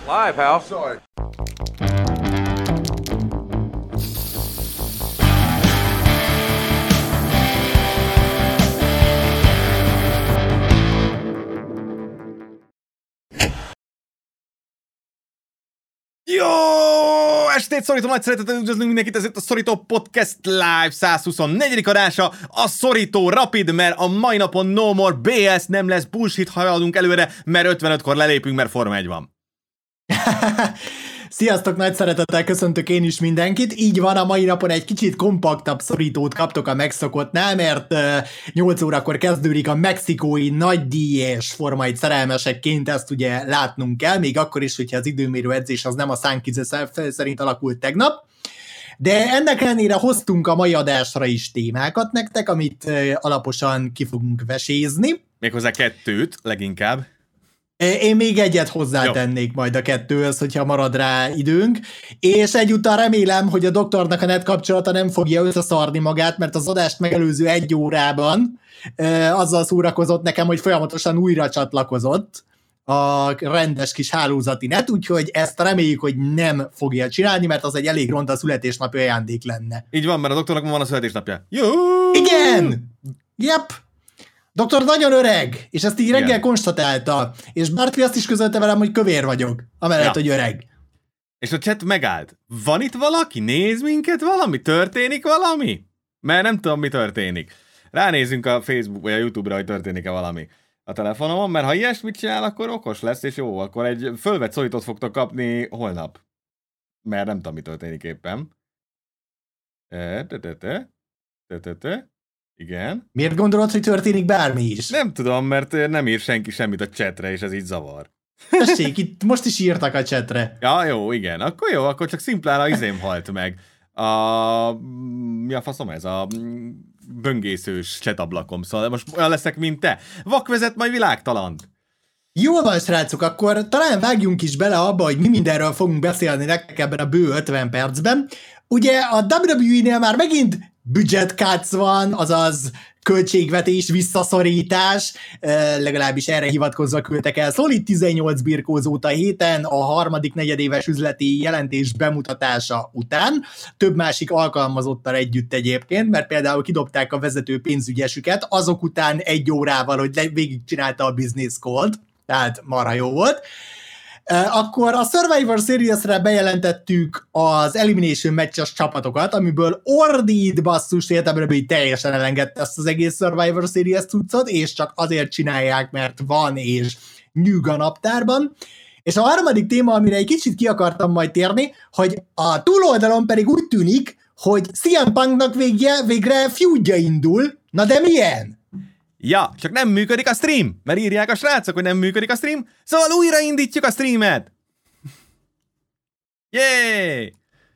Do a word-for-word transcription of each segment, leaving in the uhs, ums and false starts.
Live, pal. Sorry. Jó estét, Szorító, nagy szeretettel üdvözlünk mindenkit, ez itt a Szorító Podcast Live száz huszonnegyedik adása, a Szorító Rapid, mert a mai napon no more bé es, nem lesz bullshit, haladunk előre, mert ötvenötkor lelépünk, mert Forma egy van. Sziasztok, nagy szeretettel köszöntök én is mindenkit. Így van, a mai napon egy kicsit kompaktabb szorítót kaptok a megszokottnál, mert uh, nyolc órakor kezdődik a mexikói nagydíjas Forma egy szerelmesekként, ezt ugye látnunk kell, még akkor is, hogyha az időmérő edzés az nem a szánkize szerint alakult tegnap. De ennek ellenére hoztunk a mai adásra is témákat nektek, amit uh, alaposan ki fogunk vesézni. Méghozzá kettőt, leginkább. Én még egyet hozzátennék Jó. majd a kettőhöz, hogyha marad rá időnk, és egyúttal remélem, hogy a doktornak a net kapcsolata nem fogja összeszarni magát, mert az adást megelőző egy órában e, azzal szórakozott nekem, hogy folyamatosan újra csatlakozott a rendes kis hálózati net, úgyhogy ezt reméljük, hogy nem fogja csinálni, mert az egy elég ronda születésnapi ajándék lenne. Így van, mert a doktornak van a születésnapja. Jó! Igen! Yep! Doktor nagyon öreg, és ezt így reggel Igen. konstatálta, és Bartli azt is közölte velem, hogy kövér vagyok, amellett, ja. hogy öreg. És a chat megállt. Van itt valaki? Néz minket valami? Történik valami? Mert nem tudom, mi történik. Ránézünk a Facebook vagy a YouTube-ra, hogy történik-e valami a telefonomon, mert ha ilyesmit csinál, akkor okos lesz, és jó, akkor egy fölvett szólítót fogtok kapni holnap. Mert nem tudom, mi történik éppen. Te-te-te-te. Igen. Miért gondolod, hogy történik bármi is? Nem tudom, mert nem ír senki semmit a chatre, és ez így zavar. Tessék, itt most is írtak a chatre. Ja, jó, igen. Akkor jó, akkor csak szimplán a izém halt meg. A... Mi a faszom ez? A böngészős chatablakom. Szóval most olyan leszek, mint te. Vakvezet majd világtalant. Jól van, srácok, akkor talán vágjunk is bele abba, hogy mi mindenről fogunk beszélni nektek ebben a bő ötven percben. Ugye a dupla vé dupla vé é-nél már megint budget cuts van, azaz költségvetés visszaszorítás, legalábbis erre hivatkozva küldtek el szolid tizennyolc birkózót a héten a harmadik negyedéves üzleti jelentés bemutatása után, több másik alkalmazottal együtt egyébként, mert például kidobták a vezető pénzügyesüket, azok után egy órával, hogy végigcsinálta a business call-t, tehát marha jó volt. Akkor a Survivor Series-re bejelentettük az Elimination Matches csapatokat, amiből ordít basszus értelemben, hogy teljesen elengedte ezt az egész Survivor Series cuccot, és csak azért csinálják, mert van és nyűg a naptárban. És a harmadik téma, amire egy kicsit ki akartam majd térni, hogy a túloldalon pedig úgy tűnik, hogy cé em Punknak végre, végre feudja indul. Na de milyen? Ja, csak nem működik a stream, mert írják a srácok, hogy nem működik a stream, szóval újraindítjuk a streamet! Yay!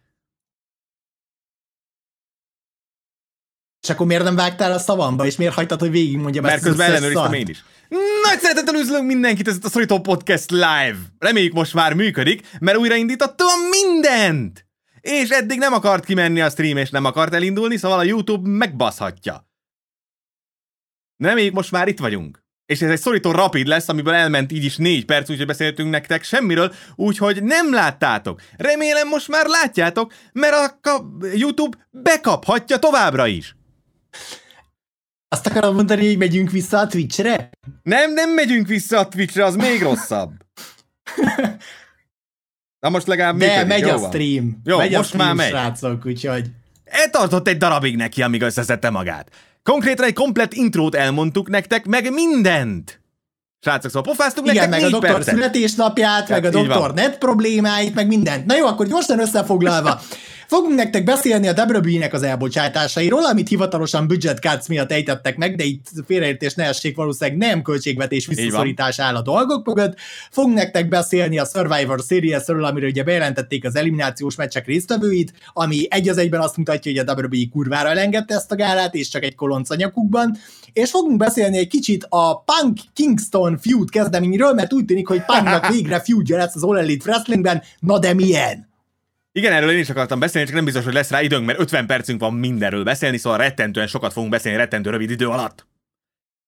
És akkor miért nem vágtál a szavamba, és miért hagytad, hogy végigmondjam ezt? Mert közben ellenőriztem én is. Nagy szeretettel üdvözlök mindenkit, ez itt a Szorító Podcast Live. Reméljük most már működik, mert újraindítottam mindent! És eddig nem akart kimenni a stream, és nem akart elindulni, szóval a YouTube megbaszhatja. Reméljük, most már itt vagyunk. És ez egy Szorító Rapid lesz, amiből elment így is négy perc, úgyhogy beszéltünk nektek semmiről, úgyhogy nem láttátok. Remélem most már látjátok, mert a YouTube bekaphatja továbbra is. Azt akarom mondani, hogy megyünk vissza a Twitchre? Nem, nem megyünk vissza a Twitchre, az még rosszabb. Na most legalább De működik, megy jó a van. stream. Jó, megy most a stream, már megy. Srácok, úgyhogy... Eltartott egy darabig neki, amíg összeszedte magát. Konkrétan egy komplett intrót elmondtuk nektek, meg mindent. Srácok, szóval pofáztunk Igen, nektek meg a doktor percet. születésnapját, meg a doktor net problémáit, meg mindent. Na jó, akkor gyorsan összefoglalva. Fogunk nektek beszélni a dupla vé dupla vé é-nek az elbocsátásairól, amit hivatalosan budget cuts miatt ejtettek meg, de itt félreértés ne essék, valószínűleg nem költségvetés visszaszorítás áll a dolgok mögött. Fogunk nektek beszélni a Survivor Series-ről, amiről ugye bejelentették az eliminációs meccsek résztvevőit, ami egy az egyben azt mutatja, hogy a dupla vé dupla vé é kurvára elengedte ezt a gálát, és csak egy kolonc a nyakukban. És fogunk beszélni egy kicsit a Punk Kingston feud kezdeményről, mert úgy tűnik, hogy Punknak végre feudja lesz az All Elite Wrestlingben. Na de milyen? Igen, erről én is akartam beszélni, csak nem biztos, hogy lesz rá időnk, mert ötven percünk van mindenről beszélni, szóval rettentően sokat fogunk beszélni rettentő rövid idő alatt.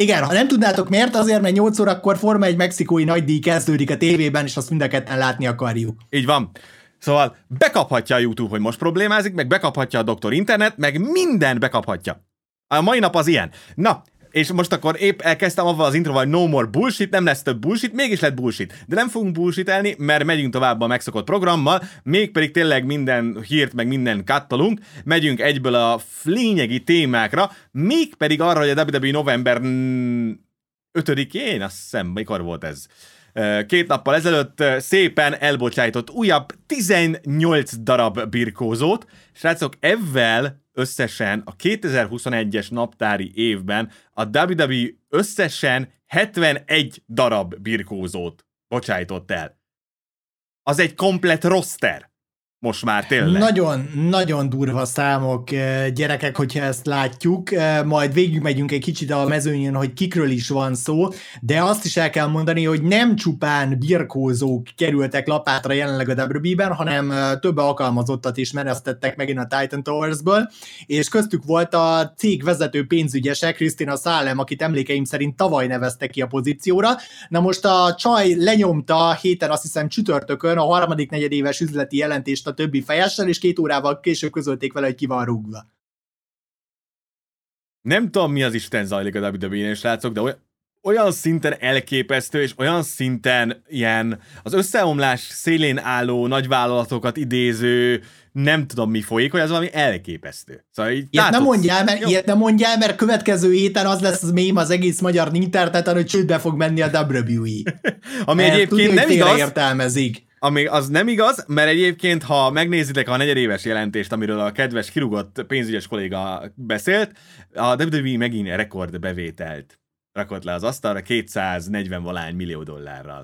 Igen, ha nem tudnátok miért, azért, mert nyolc órakor Forma egy mexikói nagydíj kezdődik a tévében, és azt mind a ketten látni akarjuk. Így van. Szóval bekaphatja a YouTube, hogy most problémázik, meg bekaphatja a doktor Internet, meg minden bekaphatja. A mai nap az ilyen. Na, és most akkor épp elkezdtem avval az introval, hogy no more bullshit, nem lesz több bullshit, mégis lett bullshit. De nem fogunk bullshitelni, mert megyünk tovább a megszokott programmal, mégpedig tényleg minden hírt, meg minden kattolunk, megyünk egyből a lényegi témákra, mégpedig arra, hogy a dupla vé dupla vé november ötödikén, azt hiszem, mikor volt ez? Két nappal ezelőtt szépen elbocsájtott újabb tizennyolc darab birkózót. Srácok, ezzel összesen a kétezer-huszonegyes naptári évben a dupla vé dupla vé összesen hetvenegy darab birkózót bocsájtott el. Az egy komplett roster. Most már tényleg. Nagyon, nagyon durva számok, gyerekek, hogyha ezt látjuk. Majd végigmegyünk egy kicsit a mezőnyön, hogy kikről is van szó, de azt is el kell mondani, hogy nem csupán birkózók kerültek lapátra jelenleg a dupla vé dupla vé-ben, hanem több alkalmazottat is menesztettek megint a Titan Towers-ből, és köztük volt a cég vezető pénzügyese, Christina Salem, akit emlékeim szerint tavaly neveztek ki a pozícióra. Na most a csaj lenyomta héten, azt hiszem csütörtökön a harmadik negyedéves üzleti jelentést a többi fejessel, és két órával később közölték vele, hogy ki van rúgva. Nem tudom, mi az Isten zajlik a dupla vé dupla vé-nél, srácok, de olyan, olyan szinten elképesztő, és olyan szinten ilyen az összeomlás szélén álló nagyvállalatokat idéző, nem tudom, mi folyik, hogy ez valami elképesztő. Szóval így ilyet nem mondjál, mert, ilyet nem mondjál, mert következő héten az lesz az mém az egész magyar interneten, hogy csődbe fog menni a dupla vé dupla vé. Ami egyébként tudni, nem igaz. Értelmezik. Ami az nem igaz, mert egyébként, ha megnézitek a negyedéves jelentést, amiről a kedves kirúgott pénzügyes kolléga beszélt, a dupla vé dupla vé megint rekordbevételt rakott le az asztalra kétszáznegyven valány millió dollárral.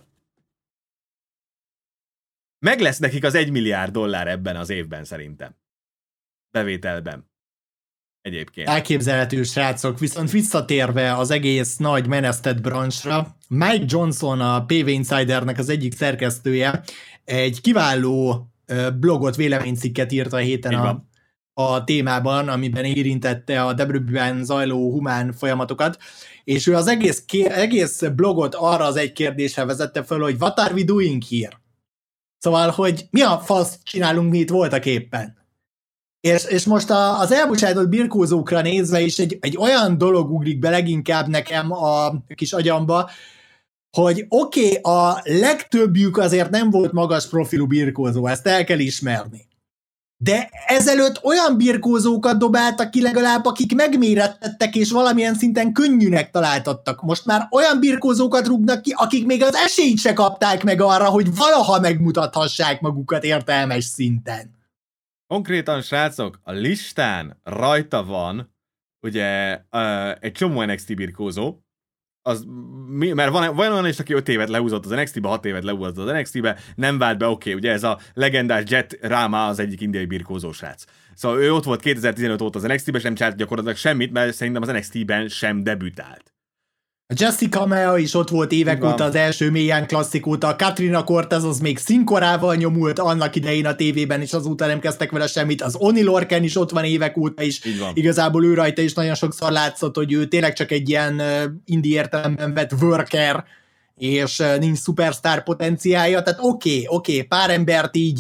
Meg lesz nekik az egy milliárd dollár ebben az évben szerintem. Bevételben. Egyébként. Elképzelhető, srácok, viszont visszatérve az egész nagy menesztett branchra, Mike Johnson, a pé vé Insidernek az egyik szerkesztője, egy kiváló blogot, véleménycikket írt a héten a, a témában, amiben érintette a dupla vé dupla vé-ben zajló humán folyamatokat, és ő az egész, egész blogot arra az egy kérdésre vezette föl, hogy what are we doing here? Szóval, hogy mi a fasz csinálunk mi itt voltak éppen? És, és most a, az elbocsájtott birkózókra nézve is egy, egy olyan dolog ugrik be leginkább nekem a kis agyamba, hogy oké, okay, a legtöbbjük azért nem volt magas profilú birkózó, ezt el kell ismerni. De ezelőtt olyan birkózókat dobáltak ki legalább, akik megmérettettek és valamilyen szinten könnyűnek találtattak. Most már olyan birkózókat rúgnak ki, akik még az esélyt se kapták meg arra, hogy valaha megmutathassák magukat értelmes szinten. Konkrétan, srácok, a listán rajta van, ugye, uh, egy csomó en iksz té birkózó, az, mi, mert van, van olyan is, aki öt évet lehúzott az en iksz té-be, hat évet lehúzott az en iksz té-be, nem vált be, oké, okay, ugye ez a legendás Jet Rama az egyik indiai birkózó srác. Szóval ő ott volt kétezer-tizenöt óta az en iksz té-ben, és nem csinált gyakorlatilag semmit, mert szerintem az en iksz té-ben sem debütált. A Jessica Mea is ott volt évek óta, az első mélyen klasszik óta, a Katrina Cortez az még színkorával nyomult annak idején a tévében, és azóta nem kezdtek vele semmit, az Oni Lorcan is ott van évek óta is, igazából ő rajta is nagyon sokszor látszott, hogy ő tényleg csak egy ilyen indie értelemben vett worker, és nincs szupersztár potenciálja, tehát oké, okay, oké, okay, pár embert így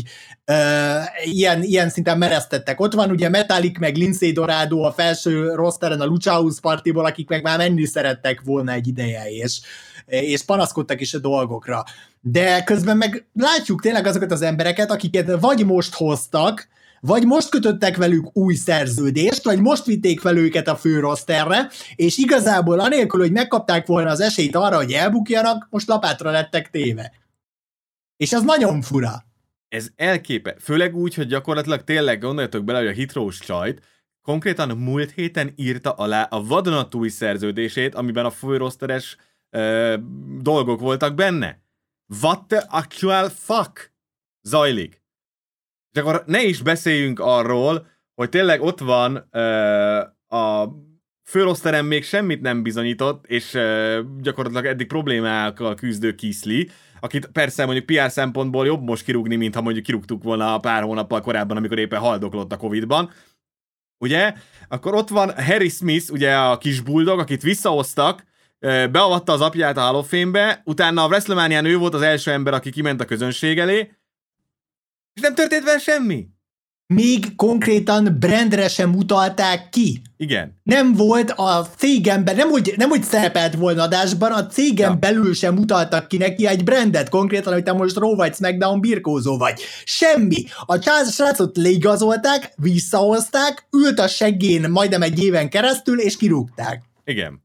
uh, ilyen, ilyen szinten meresztettek. Ott van ugye Metallic, meg Lindsay Dorado a felső rosteren a Lucha House Partyból, akik meg már menni szerettek volna egy ideje, és, és panaszkodtak is a dolgokra. De közben meg látjuk tényleg azokat az embereket, akiket vagy most hoztak, vagy most kötöttek velük új szerződést, vagy most vitték fel őket a fő rosterre, és igazából anélkül, hogy megkapták volna az esélyt arra, hogy elbukjanak, most lapátra lettek téve. És ez nagyon fura. Ez elképe. Főleg úgy, hogy gyakorlatilag tényleg gondoljatok bele, hogy a hitrós csajt konkrétan múlt héten írta alá a vadonatúj szerződését, amiben a főrosteres ö, dolgok voltak benne. What the actual fuck zajlik? És akkor ne is beszéljünk arról, hogy tényleg ott van ö, a főroszterem még semmit nem bizonyított, és ö, gyakorlatilag eddig problémákkal küzdő Kisly, akit persze mondjuk pé er szempontból jobb most kirúgni, mint ha mondjuk kirúgtuk volna pár hónappal korábban, amikor éppen haldoklott a Covidban. Ugye? Akkor ott van Harry Smith, ugye a kis buldog, akit visszahoztak, beavatta az apját a Hall of Fame-be, utána a WrestleManián ő volt az első ember, aki kiment a közönség elé, és nem történt vele semmi. Még konkrétan brandre sem utalták ki. Igen. Nem volt a cégemben, nem hogy, nem hogy szerepelt volna adásban, a cégem ja. belül sem utaltak ki neki egy brandet, konkrétan, hogy te most Raw vagy SmackDown birkózó vagy. Semmi. A srácot leigazolták, visszahozták, ült a seggén majdnem egy éven keresztül, és kirúgták. Igen.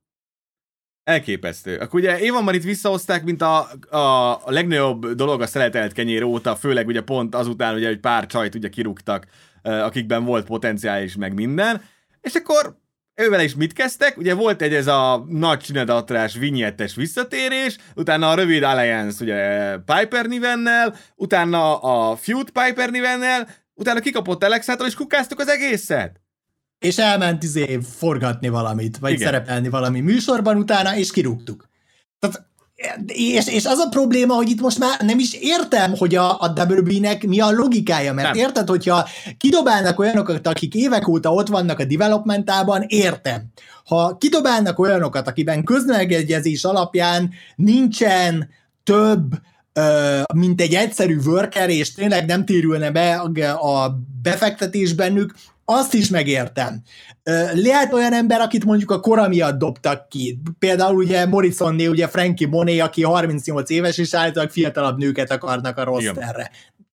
Elképesztő. Akkor ugye Eva Marit visszahozták, mint a, a, a legnagyobb dolog a szeletelt kenyér óta, főleg ugye pont azután, ugye, hogy pár csajt ugye kirúgtak, akikben volt potenciál is, meg minden. És akkor ővele is mit kezdtek? Ugye volt egy ez a nagy csinadatrás, vinyettes visszatérés, utána a rövid Alliance ugye Piper Nivennel, utána a Feud Piper Nivennel, utána kikapott Alexától, és kukáztuk az egészet. És elment izé forgatni valamit, vagy igen. szerepelni valami műsorban utána, és kirúgtuk. Tehát, és, és az a probléma, hogy itt most már nem is értem, hogy a, a dupla vé dupla é-nek mi a logikája, mert nem. érted, hogyha kidobálnak olyanokat, akik évek óta ott vannak a developmentában, értem. Ha kidobálnak olyanokat, akiben közmegegyezés alapján nincsen több, mint egy egyszerű worker, és tényleg nem térülne be a befektetés bennük, azt is megértem. Lehet olyan ember, akit mondjuk a kora miatt dobtak ki. Például ugye Morrisonné, ugye Frankie Monet, aki harmincnyolc éves, és általában fiatalabb nőket akarnak a rosterre.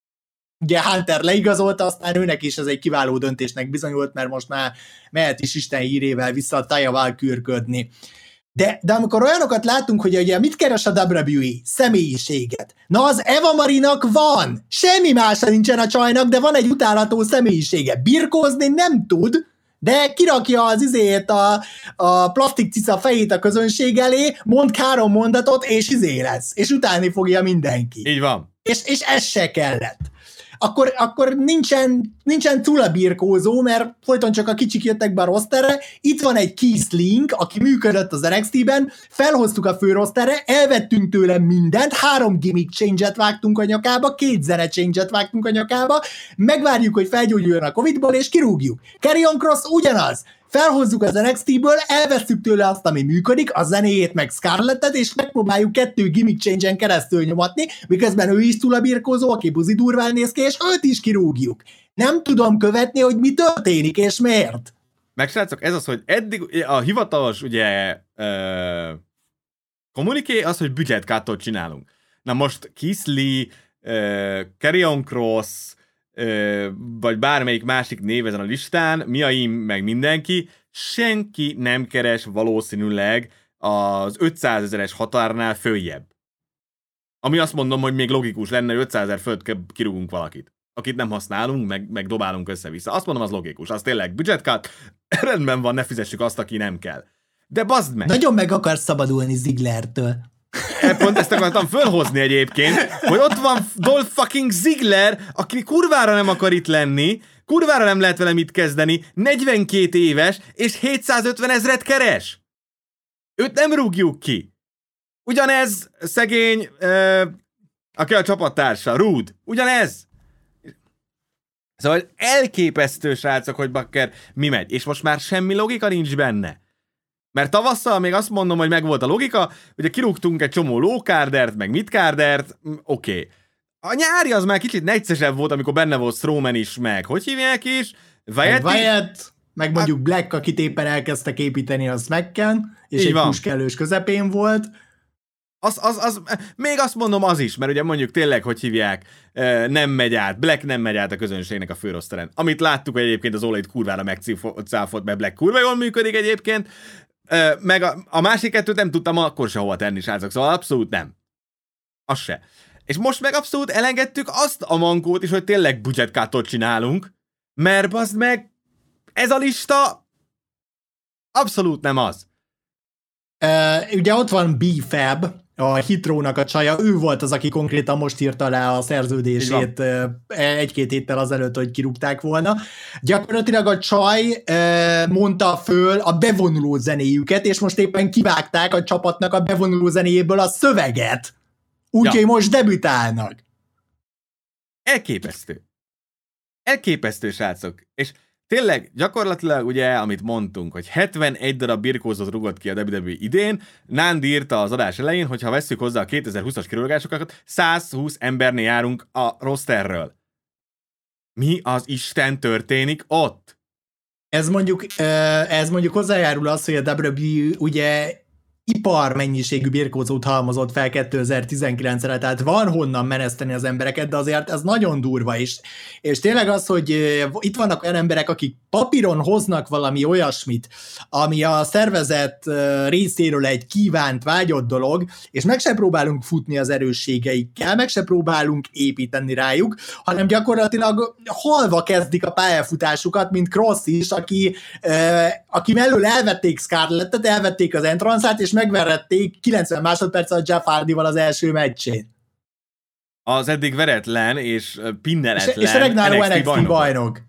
Ugye Hunter leigazolta, aztán őnek is ez egy kiváló döntésnek bizonyult, mert most már mehet is Isten hírével vissza a Taya kürködni. De, de amikor olyanokat látunk, hogy ugye mit keres a dupla vé dupla é? Személyiséget. Na az Eva Marinak van! Semmi másra nincsen a csajnak, de van egy utálható személyisége. Birkózni nem tud, de kirakja az izét a, a plastik cica fejét a közönség elé, mond három mondatot, és izé lesz. És utálni fogja mindenki. Így van. És, és ez se kellett. Akkor, akkor nincsen, nincsen túl birkózó, mert folyton csak a kicsik jöttek be a rosterre. Itt van egy Keith Link, aki működött az en iksz té-ben, felhoztuk a fő rosterre, elvettünk tőle mindent, három gimmick change-et vágtunk a nyakába, két zene change-et vágtunk a nyakába, megvárjuk, hogy felgyógyuljon a Covidból, és kirúgjuk. Karrion Kross ugyanaz. Felhozzuk az en iksz té-ből, elvesztük tőle azt, ami működik, a zenéjét meg Scarlettet, és megpróbáljuk kettő gimmick change-en keresztül nyomatni, miközben ő is túlabirkózó, aki buzi durván néz ki, és őt is kirúgjuk. Nem tudom követni, hogy mi történik, és miért. Meg srácok, ez az, hogy eddig a hivatalos, ugye, uh, kommuniké az, hogy budget cut-ot csinálunk. Na most Keith Lee, uh, Karrion Kross, vagy bármelyik másik név ezen a listán, Miaim, meg mindenki, senki nem keres valószínűleg az ötszázezeres határnál följebb. Ami azt mondom, hogy még logikus lenne, hogy ötszázezer fölött kirúgunk valakit, akit nem használunk, meg, meg dobálunk össze-vissza. Azt mondom, az logikus. Az tényleg budget cut, rendben van, ne fizessük azt, aki nem kell. De bazd meg! Nagyon meg akarsz szabadulni Zigglertől. Pont ezt akartam fölhozni egyébként, hogy ott van Dolph fucking Ziggler, aki kurvára nem akar itt lenni, kurvára nem lehet vele mit kezdeni, negyvenkét éves, és hétszázötven ezret keres. Őt nem rúgjuk ki. Ugyanez szegény, uh, aki a csapattársa, Rude, ugyanez. Szóval elképesztő, srácok, hogy bakker mi megy, és most már semmi logika nincs benne. Mert tavasszal még azt mondom, hogy megvolt a logika, ugye kirúgtunk egy csomó lókárdert, meg mitkárdert, oké. Okay. A nyári az már kicsit neccsesebb volt, amikor benne volt Strowman is, meg hogy hívják is? Wyatt, meg, Wyatt, meg mondjuk a... Black, akit éppen elkezdtek építeni a Smacken, és egy puskellős közepén volt. Az, az, az, még azt mondom az is, mert ugye mondjuk tényleg, hogy hívják, nem megy át, Black nem megy át a közönségnek a főroszteren. Amit láttuk, hogy egyébként az All-Elite kurvára megcáfolt, mert Black kurva jól működik egyébként, meg a, a másik kettőt nem tudtam akkor se hova tenni, srácok, szóval abszolút nem. Az se. És most meg abszolút elengedtük azt a mankót is, hogy tényleg budget cut-ot csinálunk, mert bazd meg, ez a lista abszolút nem az. Uh, ugye ott van B-Fab, a Hitrónak a csaja, ő volt az, aki konkrétan most írta le a szerződését egy-két héttel azelőtt, hogy kirúgták volna. Gyakorlatilag a csaj mondta föl a bevonuló zenéjüket, és most éppen kivágták a csapatnak a bevonuló zenéjéből a szöveget. Úgyhogy ja. most debütálnak. Elképesztő. Elképesztő, srácok. És tényleg gyakorlatilag ugye, amit mondtunk, hogy hetvenegy darab birkózót rugott ki a dupla vé dupla vé idén, Nándi írta az adás elején, hogy ha vesszük hozzá a kétezer-húszas kirúgásokat, százhúsz embernél járunk a rosterről. Mi az Isten történik ott? Ez mondjuk, ez mondjuk hozzájárul az, hogy a dupla vé dupla vé ugye ipar mennyiségű birkózót halmozott fel kétezer-tizenkilencre, tehát van honnan meneszteni az embereket, de azért ez nagyon durva is. És tényleg az, hogy itt vannak olyan emberek, akik papíron hoznak valami olyasmit, ami a szervezet részéről egy kívánt, vágyott dolog, és meg se próbálunk futni az erősségeikkel, meg se próbálunk építeni rájuk, hanem gyakorlatilag halva kezdik a pályafutásukat, mint Cross is, aki, aki mellől elvették Scarlettet, elvették az Entrance-át, és megverették kilencven másodperc a Jeff Hardyval az első meccsén. Az eddig veretlen és pinneletlen és, és regnáló en iksz té bajnok. bajnok.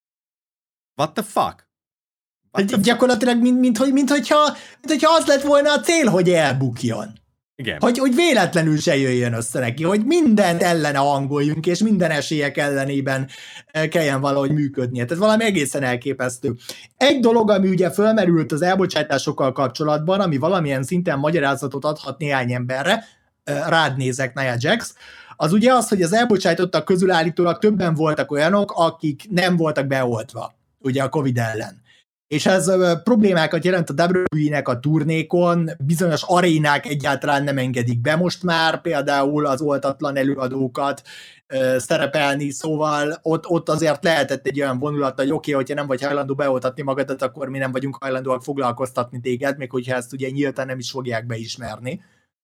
What the fuck? What the Gyakorlatilag, mint, mint, mint, mint, hogyha, mint hogyha az lett volna a cél, hogy elbukjon. Igen. Hogy, hogy véletlenül se jöjjön össze neki, hogy mindent ellene hangoljunk, és minden esélyek ellenében kelljen valahogy működnie. Tehát valami egészen elképesztő. Egy dolog, ami ugye fölmerült az elbocsátásokkal kapcsolatban, ami valamilyen szinten magyarázatot adhat néhány emberre, rád nézek, Nia Jax, az ugye az, hogy az elbocsátottak közül állítólag többen voltak olyanok, akik nem voltak beoltva, ugye a Covid ellen. És ez problémákat jelent a dupla vé dupla vé-nek a turnékon, bizonyos arénák egyáltalán nem engedik be most már, például az oltatlan előadókat ö, szerepelni, szóval ott, ott azért lehetett egy olyan vonulat, hogy oké, okay, hogyha nem vagy hajlandó beoltatni magadat, akkor mi nem vagyunk hajlandóak foglalkoztatni téged, még hogyha ezt ugye nyíltan nem is fogják beismerni.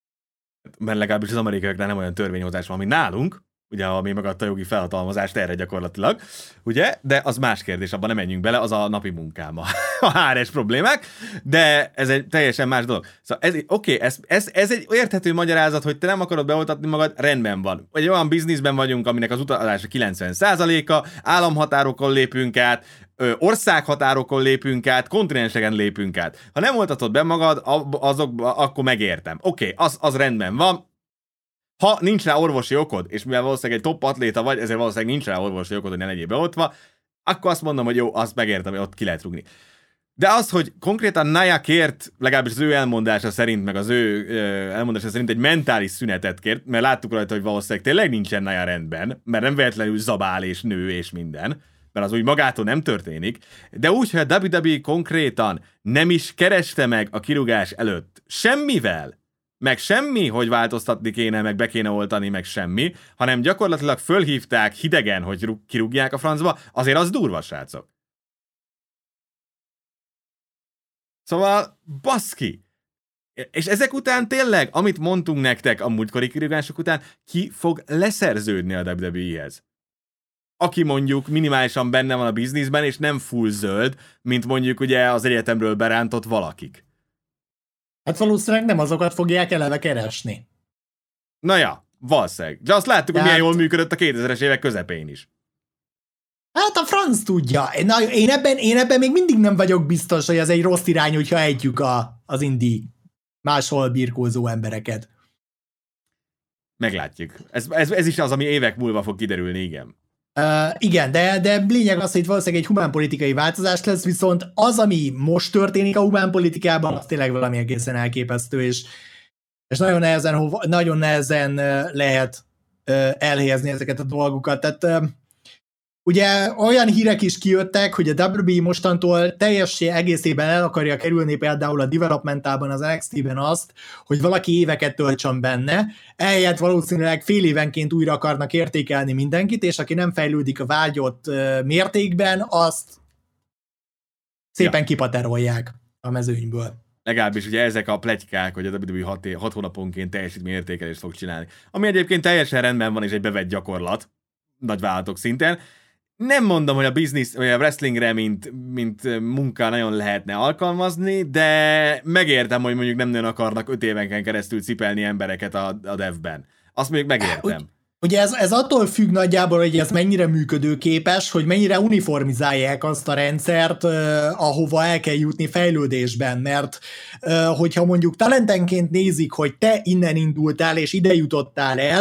Mert legalábbis az amerikaiaknál nem olyan törvényhozás van, mint nálunk, ugye, ami megadta a jogi felhatalmazást erre gyakorlatilag, ugye, de az más kérdés, abban nem menjünk bele, az a napi munkám, a há er es problémák, de ez egy teljesen más dolog. Szóval ez, oké, ez, ez, ez egy érthető magyarázat, hogy te nem akarod beoltatni magad, rendben van. Egy olyan bizniszben vagyunk, aminek az utazása kilencven százaléka, államhatárokon lépünk át, országhatárokon lépünk át, kontinenseken lépünk át. Ha nem oltatod be magad, azok, akkor megértem. Oké, az, az rendben van. Ha nincs rá orvosi okod, és mivel valószínűleg egy top atléta vagy, ezért valószínűleg nincs rá orvosi okod, hogy ne legyél beoltva, akkor azt mondom, hogy jó, azt megértem, hogy ott ki lehet rúgni. De az, hogy konkrétan Nia kért, legalábbis az ő elmondása szerint, meg az ő elmondása szerint egy mentális szünetet kért, mert láttuk rajta, hogy valószínűleg tényleg nincsen Nia rendben, mert nem véletlenül zabál és nő és minden, mert az úgy magától nem történik, de úgy, hogy a dupla vé dupla vé konkrétan nem is kereste meg a kirúgás előtt semmivel, meg semmi, hogy változtatni kéne, meg be kéne oltani, meg semmi, hanem gyakorlatilag fölhívták hidegen, hogy kirúgják a francba, azért az durva, srácok. Szóval, baszki! És ezek után tényleg, amit mondtunk nektek a múltkori kirúgások után, ki fog leszerződni a dupla vé dupla vé-hez? Aki mondjuk minimálisan benne van a bizniszben, és nem full zöld, mint mondjuk ugye az egyetemről berántott valakik. Hát valószínűleg nem azokat fogják eleve keresni. Na ja, valószínűleg. De azt láttuk, hogy milyen jól működött a kétezres évek közepén is. Hát a franc tudja. Na, én, ebben, én ebben még mindig nem vagyok biztos, hogy ez egy rossz irány, hogyha ejtjük a, az indi máshol birkózó embereket. Meglátjuk. Ez, ez, ez is az, ami évek múlva fog kiderülni, igen. Uh, igen, de, de lényeg az, hogy itt valószínűleg egy humánpolitikai változás lesz, viszont az, ami most történik a humánpolitikában, az tényleg valami egészen elképesztő, és, és nagyon nehezen, nagyon nehezen lehet uh, elhelyezni ezeket a dolgokat. Tehát uh, ugye olyan hírek is kijöttek, hogy a dupla vé dupla vé mostantól teljesen egészében el akarja kerülni például a developmentában, az en iksz té-ben azt, hogy valaki éveket töltsön benne, ehelyett valószínűleg fél évenként újra akarnak értékelni mindenkit, és aki nem fejlődik a vágyott mértékben, azt szépen ja. kipaterolják a mezőnyből. Legalábbis ugye ezek a pletykák, hogy a dupla vé dupla vé hat hónaponként teljesítményértékelést fog csinálni. Ami egyébként teljesen rendben van, és egy bevett gyakorlat, nagy vállalatok szinten. Nem mondom, hogy a business, vagy a wrestlingre, mint, mint munka nagyon lehetne alkalmazni, de megértem, hogy mondjuk nem nagyon akarnak öt évenken keresztül cipelni embereket a, a devben. Azt mondjuk megértem. Úgy, ugye ez, ez attól függ nagyjából, hogy ez mennyire működőképes, hogy mennyire uniformizálják azt a rendszert, uh, ahova el kell jutni fejlődésben, mert uh, hogyha mondjuk talentenként nézik, hogy te innen indultál és ide jutottál el,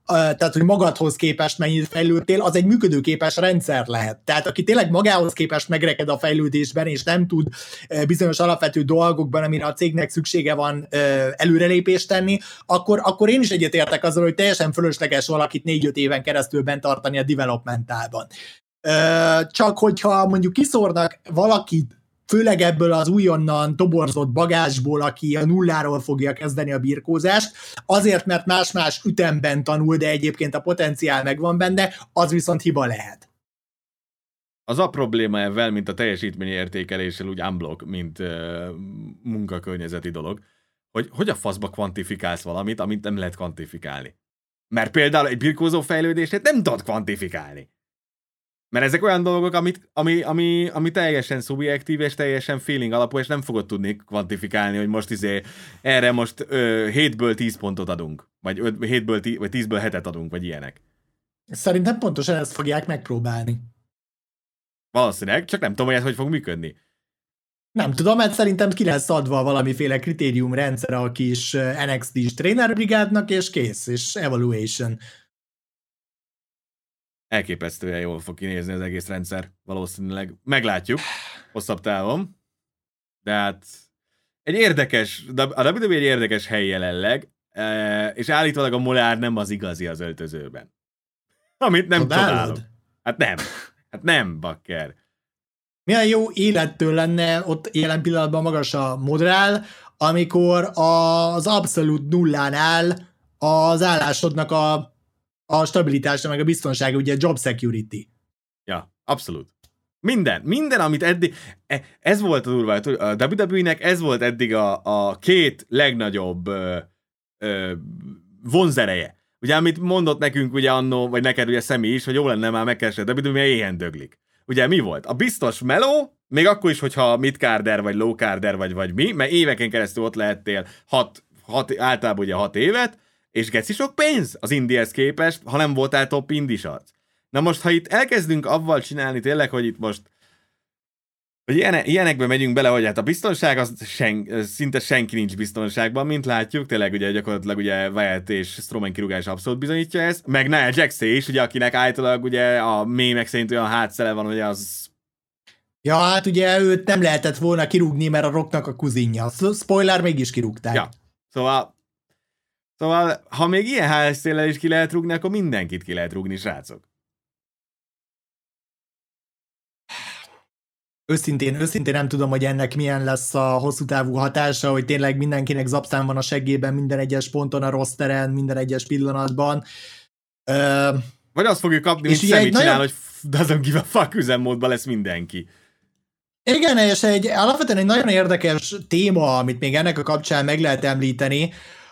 tehát hogy magadhoz képest mennyit fejlődtél, az egy működőképes rendszer lehet. Tehát aki tényleg magához képest megreked a fejlődésben, és nem tud bizonyos alapvető dolgokban, amire a cégnek szüksége van, előrelépést tenni, akkor, akkor én is egyetértek azzal, hogy teljesen fölösleges valakit négy-öt éven keresztül bent tartani a developmentálban. Csak hogyha mondjuk kiszórnak valakit, főleg ebből az újonnan toborzott bagázsból, aki a nulláról fogja kezdeni a birkózást, azért, mert más-más ütemben tanul, de egyébként a potenciál megvan benne, az viszont hiba lehet. Az a probléma ebben, mint a teljesítményi értékeléssel, úgy unblock, mint uh, munkakörnyezeti dolog, hogy hogy a faszba kvantifikálsz valamit, amit nem lehet kvantifikálni. Mert például egy birkózó fejlődését nem tudod kvantifikálni. Mert ezek olyan dolgok, amit, ami, ami, ami teljesen szubjektív és teljesen feeling alapú, és nem fogod tudni kvantifikálni, hogy most izé, erre most ö, hétből tíz pontot adunk, vagy hétből tíz, vagy tízből hetet adunk, vagy ilyenek. Szerintem pontosan ezt fogják megpróbálni. Valószínűleg, csak nem tudom, hogy ez hogy fog működni. Nem tudom, mert szerintem ki lesz adva valamiféle kritériumrendszer a kis en iksz té-s trénerbrigádnak, és kész, és evaluation. Elképesztően jól fog kinézni az egész rendszer, valószínűleg. Meglátjuk, hosszabb távon. De hát egy érdekes, a dupla vé dupla vé egy érdekes hely jelenleg, és állítólag a Molár nem az igazi az öltözőben. Amit nem csodálok. Hát nem. Hát nem, bakker. Milyen jó élettől lenne ott jelen pillanatban magas a modrál, amikor az abszolút nullán áll az állásodnak a a stabilitásra, meg a biztonsága, ugye a job security. Ja, abszolút. Minden, minden, amit eddig, ez volt a durva, a dupla vé dupla vé-nek ez volt eddig a, a két legnagyobb ö, ö, vonzereje. Ugye, amit mondott nekünk ugye annó, vagy neked ugye Szemi is, hogy jó lenne már megkeresni a dupla vé dupla vé, mert éhen döglik. Ugye mi volt? A biztos meló, még akkor is, hogyha mid-carder, vagy low-carder, vagy, vagy mi, mert éveken keresztül ott lehettél hat, hat, általában ugye hat évet, és geci sok pénz az indihez képest, ha nem voltál top indis arc. Na most, ha itt elkezdünk avval csinálni tényleg, hogy itt most hogy ilyen, ilyenekbe megyünk bele, hogy hát a biztonság, az sen, szinte senki nincs biztonságban, mint látjuk, tényleg ugye gyakorlatilag ugye Wyatt és Strowman kirúgás abszolút bizonyítja ezt, meg Nia Jax is, ugye, akinek általában ugye a mémek szerint olyan hátszele van, hogy az... Ja, hát ugye őt nem lehetett volna kirúgni, mert a Rocknak a kuzinja. Spoiler, mégis kirúgták. Ja, szóval Szóval, ha még ilyen hálszéllel is ki lehet rúgni, akkor mindenkit ki lehet rúgni, srácok. Őszintén, őszintén nem tudom, hogy ennek milyen lesz a hosszú távú hatása, hogy tényleg mindenkinek zapszán van a seggében minden egyes ponton a rosteren, minden egyes pillanatban. Uh, Vagy azt fogjuk kapni, mint Szemi csinál, nagyon... hogy doesn't give a fuck üzemmódban lesz mindenki. Igen, és egy alapvetően egy nagyon érdekes téma, amit még ennek a kapcsán meg lehet említeni,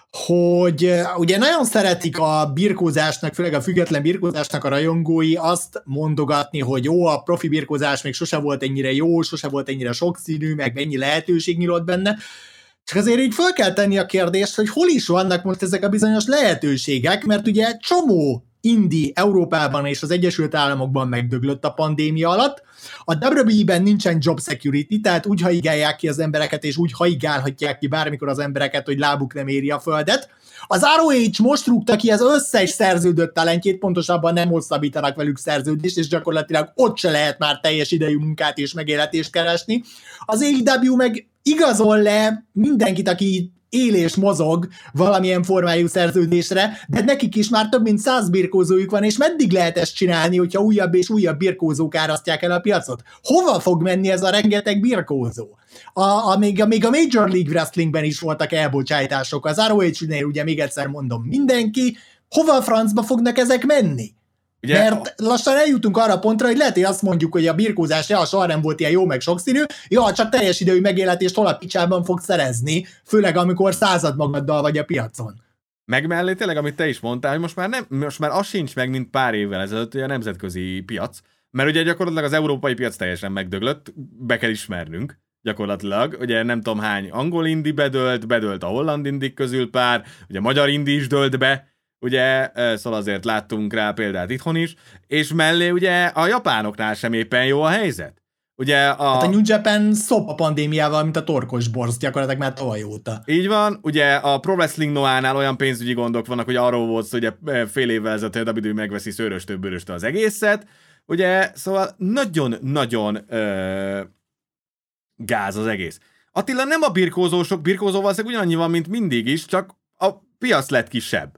hogy ugye nagyon szeretik a birkózásnak, főleg a független birkózásnak a rajongói azt mondogatni, hogy jó, a profi birkózás még sose volt ennyire jó, sose volt ennyire sokszínű, meg mennyi lehetőség nyílt benne. Csak azért így fel kell tenni a kérdést, hogy hol is vannak most ezek a bizonyos lehetőségek, mert ugye csomó indi Európában és az Egyesült Államokban megdöglött a pandémia alatt. A dupla vé dupla vé-ben nincsen job security, tehát úgy haigálják ki az embereket, és úgy haigálhatják ki bármikor az embereket, hogy lábuk nem éri a földet. Az er o há most rúgta ki az összes szerződött talentjét, pontosabban nem hosszabbítanak velük szerződést, és gyakorlatilag ott se lehet már teljes idejű munkát és megélhetést keresni. Az á e dupla vé meg igazol le mindenkit, aki él és mozog valamilyen formájú szerződésre, de nekik is már több mint száz birkózójuk van, és meddig lehet ezt csinálni, hogyha újabb és újabb birkózók árasztják el a piacot? Hova fog menni ez a rengeteg birkózó? A, a, még, a, még a Major League Wrestlingben is voltak elbocsátások, az er o há-nél ugye még egyszer mondom, mindenki, hova a francba fognak ezek menni? Ugye? Mert lassan eljutunk arra a pontra, hogy lehet, hogy azt mondjuk, hogy a birkózás ja, soha nem volt ilyen jó, meg sokszínű, ja, csak teljes idejű megélhetést hol a picsában fog szerezni, főleg amikor század magaddal vagy a piacon. Meg mellé tényleg, amit te is mondtál, hogy most már, nem, most már az sincs meg, mint pár évvel ezelőtt, a nemzetközi piac, mert ugye gyakorlatilag az európai piac teljesen megdöglött, be kell ismernünk, gyakorlatilag, ugye nem tudom hány angol indi bedölt, bedölt a holland indik közül pár, ugye magyar indi is dölt be, ugye, szóval azért láttunk rá példát itthon is, és mellé ugye a japánoknál sem éppen jó a helyzet. Ugye a... Hát a New Japan szop a pandémiával, mint a torkos borz, gyakorlatilag már tavaly óta. Így van, ugye a Pro Wrestling Noah-nál olyan pénzügyi gondok vannak, hogy arról volt szó, hogy fél évvel ezelőtt a dupla vé dupla vé megveszi szőröstől, bőröstől az egészet, ugye, szóval nagyon-nagyon ö, gáz az egész. Attila, nem a birkózósok, birkózó valószínűleg ugyanannyi van, mint mindig is, csak a piac lett kisebb.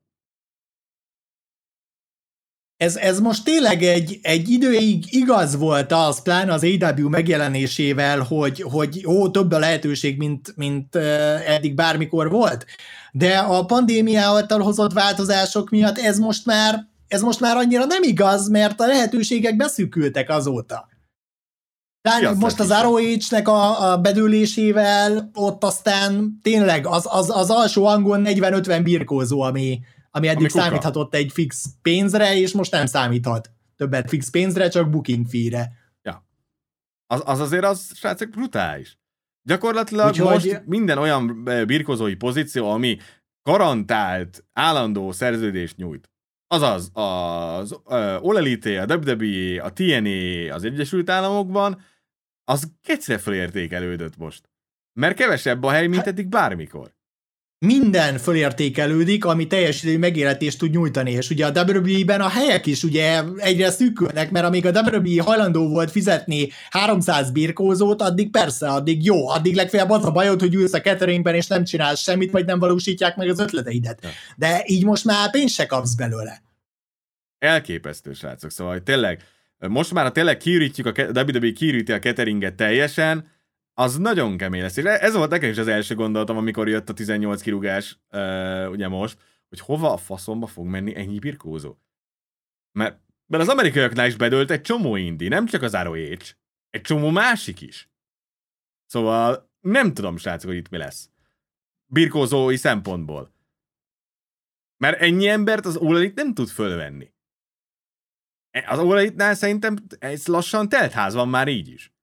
Ez, ez most tényleg egy, egy időig igaz volt az, pláne az á dupla vé megjelenésével, hogy, hogy ó, több a lehetőség, mint, mint eddig bármikor volt. De a pandémia által hozott változások miatt ez most már, ez most már annyira nem igaz, mert a lehetőségek beszűkültek azóta. Tehát most az er o há-nek a, a bedőlésével ott aztán tényleg az, az, az alsó hangon negyven-ötven birkózó, ami, ami eddig ami számíthatott egy fix pénzre, és most nem számíthat többet fix pénzre, csak booking fee-re. Ja. Az, az azért az, srácok, brutális. Gyakorlatilag Úgyhogy... most minden olyan birkózói pozíció, ami garantált, állandó szerződést nyújt. Azaz az All Elite, a dupla vé dupla vé, a té en á az Egyesült Államokban, az kecre felértékelődött most. Mert kevesebb a hely, mint eddig bármikor. Minden fölértékelődik, ami teljes idejű megélhetést tud nyújtani, és ugye a dupla vé dupla vé-ben a helyek is ugye egyre szűkülnek, mert amíg a dupla vé dupla vé hajlandó volt fizetni háromszáz birkózót, addig persze, addig jó, addig legfeljebb az a bajod, hogy ülsz a cateringben, és nem csinálsz semmit, vagy nem valósítják meg az ötleteidet. De így most már pénzt se kapsz belőle. Elképesztő, srácok, szóval hogy tényleg, most már ha tényleg kiürítjük, a dupla vé dupla vé kiüríti a cateringet teljesen, az nagyon kemény lesz. És ez volt nekem is az első gondolatom, amikor jött a tizennyolc kirúgás, uh, ugye most, hogy hova a faszomba fog menni ennyi birkózó. Mert, mert az amerikaiaknál is bedőlt egy csomó indi, nem csak az er o há, egy csomó másik is. Szóval nem tudom, srácok, hogy itt mi lesz. Birkózói szempontból. Mert ennyi embert az All Elite nem tud fölvenni. Az All Elite-nál szerintem ez lassan teltház van már így is.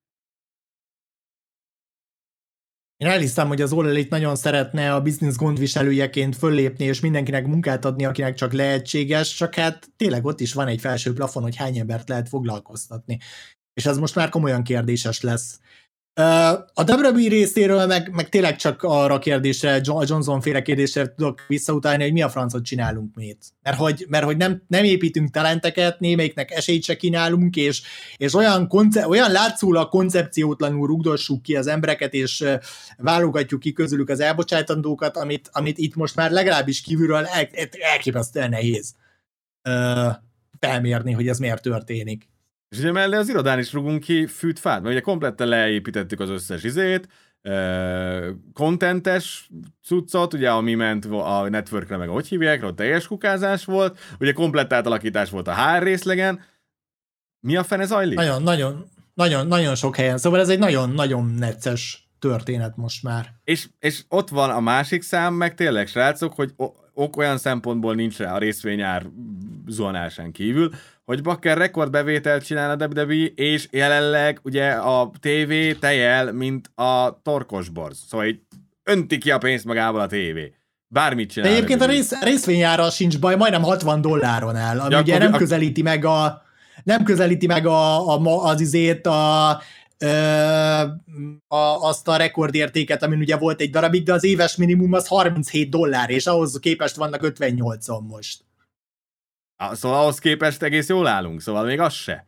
Én elhiszem, hogy az All Elite nagyon szeretne a biznisz gondviselőjeként föllépni, és mindenkinek munkát adni, akinek csak lehetséges, csak hát tényleg ott is van egy felső plafon, hogy hány embert lehet foglalkoztatni. És ez most már komolyan kérdéses lesz. A dupla vé dupla vé részéről meg, meg tényleg csak arra a kérdésre, Johnson féle kérdésre tudok visszautalni, hogy mi a francot csinálunk mit. Mert hogy, mert hogy nem, nem építünk talenteket, némelyiknek esélyt se kínálunk, és, és olyan, konce- olyan látszólag koncepciótlanul rugdossuk ki az embereket, és válogatjuk ki közülük az elbocsátandókat, amit, amit itt most már legalábbis kívülről el, elképesztően nehéz uh, felmérni, hogy ez miért történik. És ugye mellé az irodán is rugunk ki fűtfát, mert ugye kompletten leépítettük az összes izét, kontentes uh, cuccot, ugye ami ment a networkre, meg ahogy hívják, ott teljes kukázás volt, ugye komplett átalakítás volt a há er részlegen. Mi a fene zajlik? Nagyon, nagyon, nagyon, nagyon sok helyen, szóval ez egy nagyon-nagyon necces történet most már. És, és ott van a másik szám, meg tényleg, srácok, hogy ok olyan szempontból nincs rá a részvényár zuhanásán kívül, hogy bakker rekordbevételt csinál a dupla vé dupla vé, és jelenleg ugye a tévé tejel, mint a torkos borz. Szóval így önti ki a pénzt magával a tévé. Bármit csinál. De egyébként a rész, részvényára sincs baj, majdnem hatvan dolláron áll, ami ja, ugye nem a... közelíti meg a nem közelíti meg a, a, az izét a Ö, a, azt a rekordértéket, amin ugye volt egy darabig, de az éves minimum az harminchét dollár, és ahhoz képest vannak ötvennyolcon most. Szóval ahhoz képest egész jól állunk, szóval még az se.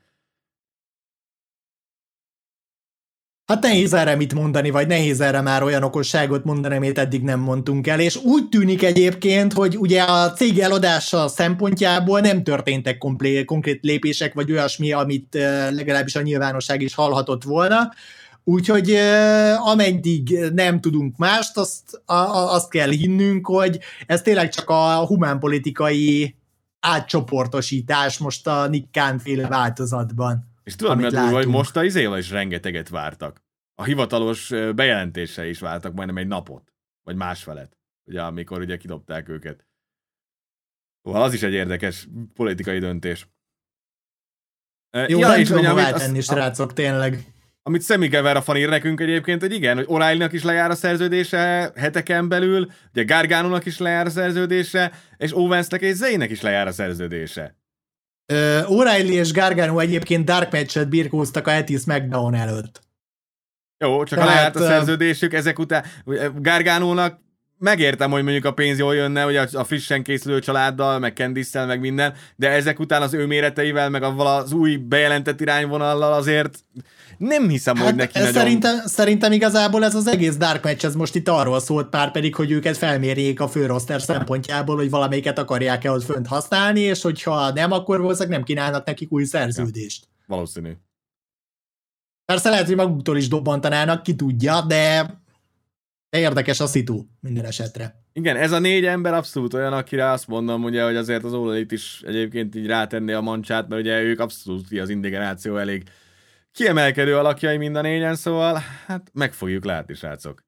Hát nehéz erre mit mondani, vagy nehéz erre már olyan okosságot mondani, amit eddig nem mondtunk el, és úgy tűnik egyébként, hogy ugye a cég eladása szempontjából nem történtek komplé- konkrét lépések, vagy olyasmi, amit legalábbis a nyilvánosság is hallhatott volna, úgyhogy ameddig nem tudunk mást, azt, a, azt kell hinnünk, hogy ez tényleg csak a humánpolitikai átcsoportosítás most a Nick Khan-féle változatban. És tudod, mert úgy, hogy most a izével is rengeteget vártak. A hivatalos bejelentéssel is vártak majdnem egy napot, vagy másfelet, ugye, amikor ugye kidobták őket. Szóval az is egy érdekes politikai döntés. Jó, ja, nem tudom hová tenni, srácok, tényleg. Amit Sammy Guevara fan ír nekünk egyébként, hogy igen, hogy O'Reillynak is lejár a szerződése heteken belül, ugye Gargano-nak is lejár a szerződése, és Owensnek és Zayn-nek is lejár a szerződése. Uh, O'Reilly és Gargano egyébként Dark Match-et birkóztak a heti SmackDown előtt. Jó, csak Tehát, ha lehet a szerződésük, ezek után Garganónak megértem, hogy mondjuk a pénz jól jönne, ugye a frissen készülő családdal, meg Candice-szel, meg minden, de ezek után az ő méreteivel, meg avval az új bejelentett irányvonallal azért nem hiszem, hát hogy neki nagyon... Szerintem, szerintem igazából ez az egész Dark Match, ez most itt arról szólt pár pedig, hogy őket felmérjék a főroster szempontjából, hogy valamelyiket akarják-e ott fönt használni, és hogyha nem, akkor valószínűleg nem kínálnak nekik új szerződést. Ja, valószínű. Persze lehet, hogy maguktól is dobbantanának, ki tudja, de, de érdekes a szitu minden esetre. Igen, ez a négy ember abszolút olyan, akire azt mondom, ugye, hogy azért az All Elite is egyébként így rátenni a mancsát, mert ugye ők abszolút az indigeneráció elég kiemelkedő alakjai mind a négyen, szóval hát meg fogjuk látni, srácok.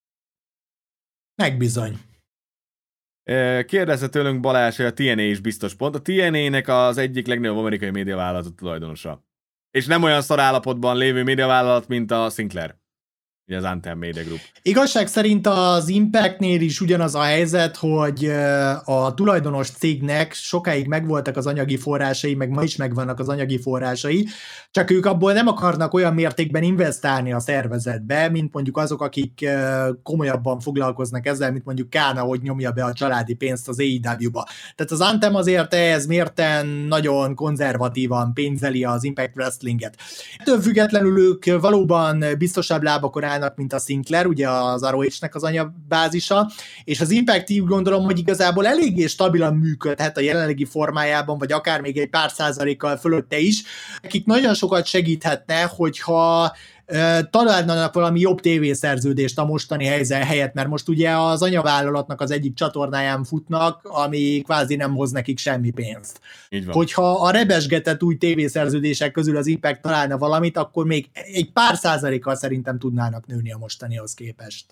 Megbizony. Kérdezze tőlünk Balázs, hogy a té en á is biztos pont. A té en á-nek az egyik legnagyobb amerikai médiavállalat tulajdonosa. És nem olyan szar állapotban lévő médiavállalat, mint a Sinclair. Ugye az Anthem Media Group. Igazság szerint az Impactnél is ugyanaz a helyzet, hogy a tulajdonos cégnek sokáig megvoltak az anyagi forrásai, meg ma is megvannak az anyagi forrásai, csak ők abból nem akarnak olyan mértékben investálni a szervezetbe, mint mondjuk azok, akik komolyabban foglalkoznak ezzel, mint mondjuk Kána, hogy nyomja be a családi pénzt az á é dupla vé-ba. Tehát az Anthem azért ehhez mérten nagyon konzervatívan pénzeli az Impact Wrestlinget. Ettől függetlenül ők valóban biztosabb lábakon állnak, mint a Sinclair, ugye az er o há-nek az anyabázisa, és az Impact úgy gondolom, hogy igazából eléggé stabilan működhet a jelenlegi formájában, vagy akár még egy pár százalékkal fölötte is, akik nagyon sokat segíthetne, hogyha találnának valami jobb tévészerződést a mostani helyzet helyett, mert most ugye az anyavállalatnak az egyik csatornáján futnak, ami kvázi nem hoz nekik semmi pénzt. Hogyha a rebesgetett új tévészerződések közül az Impact találna valamit, akkor még egy pár százalékkal szerintem tudnának nőni a mostanihoz képest.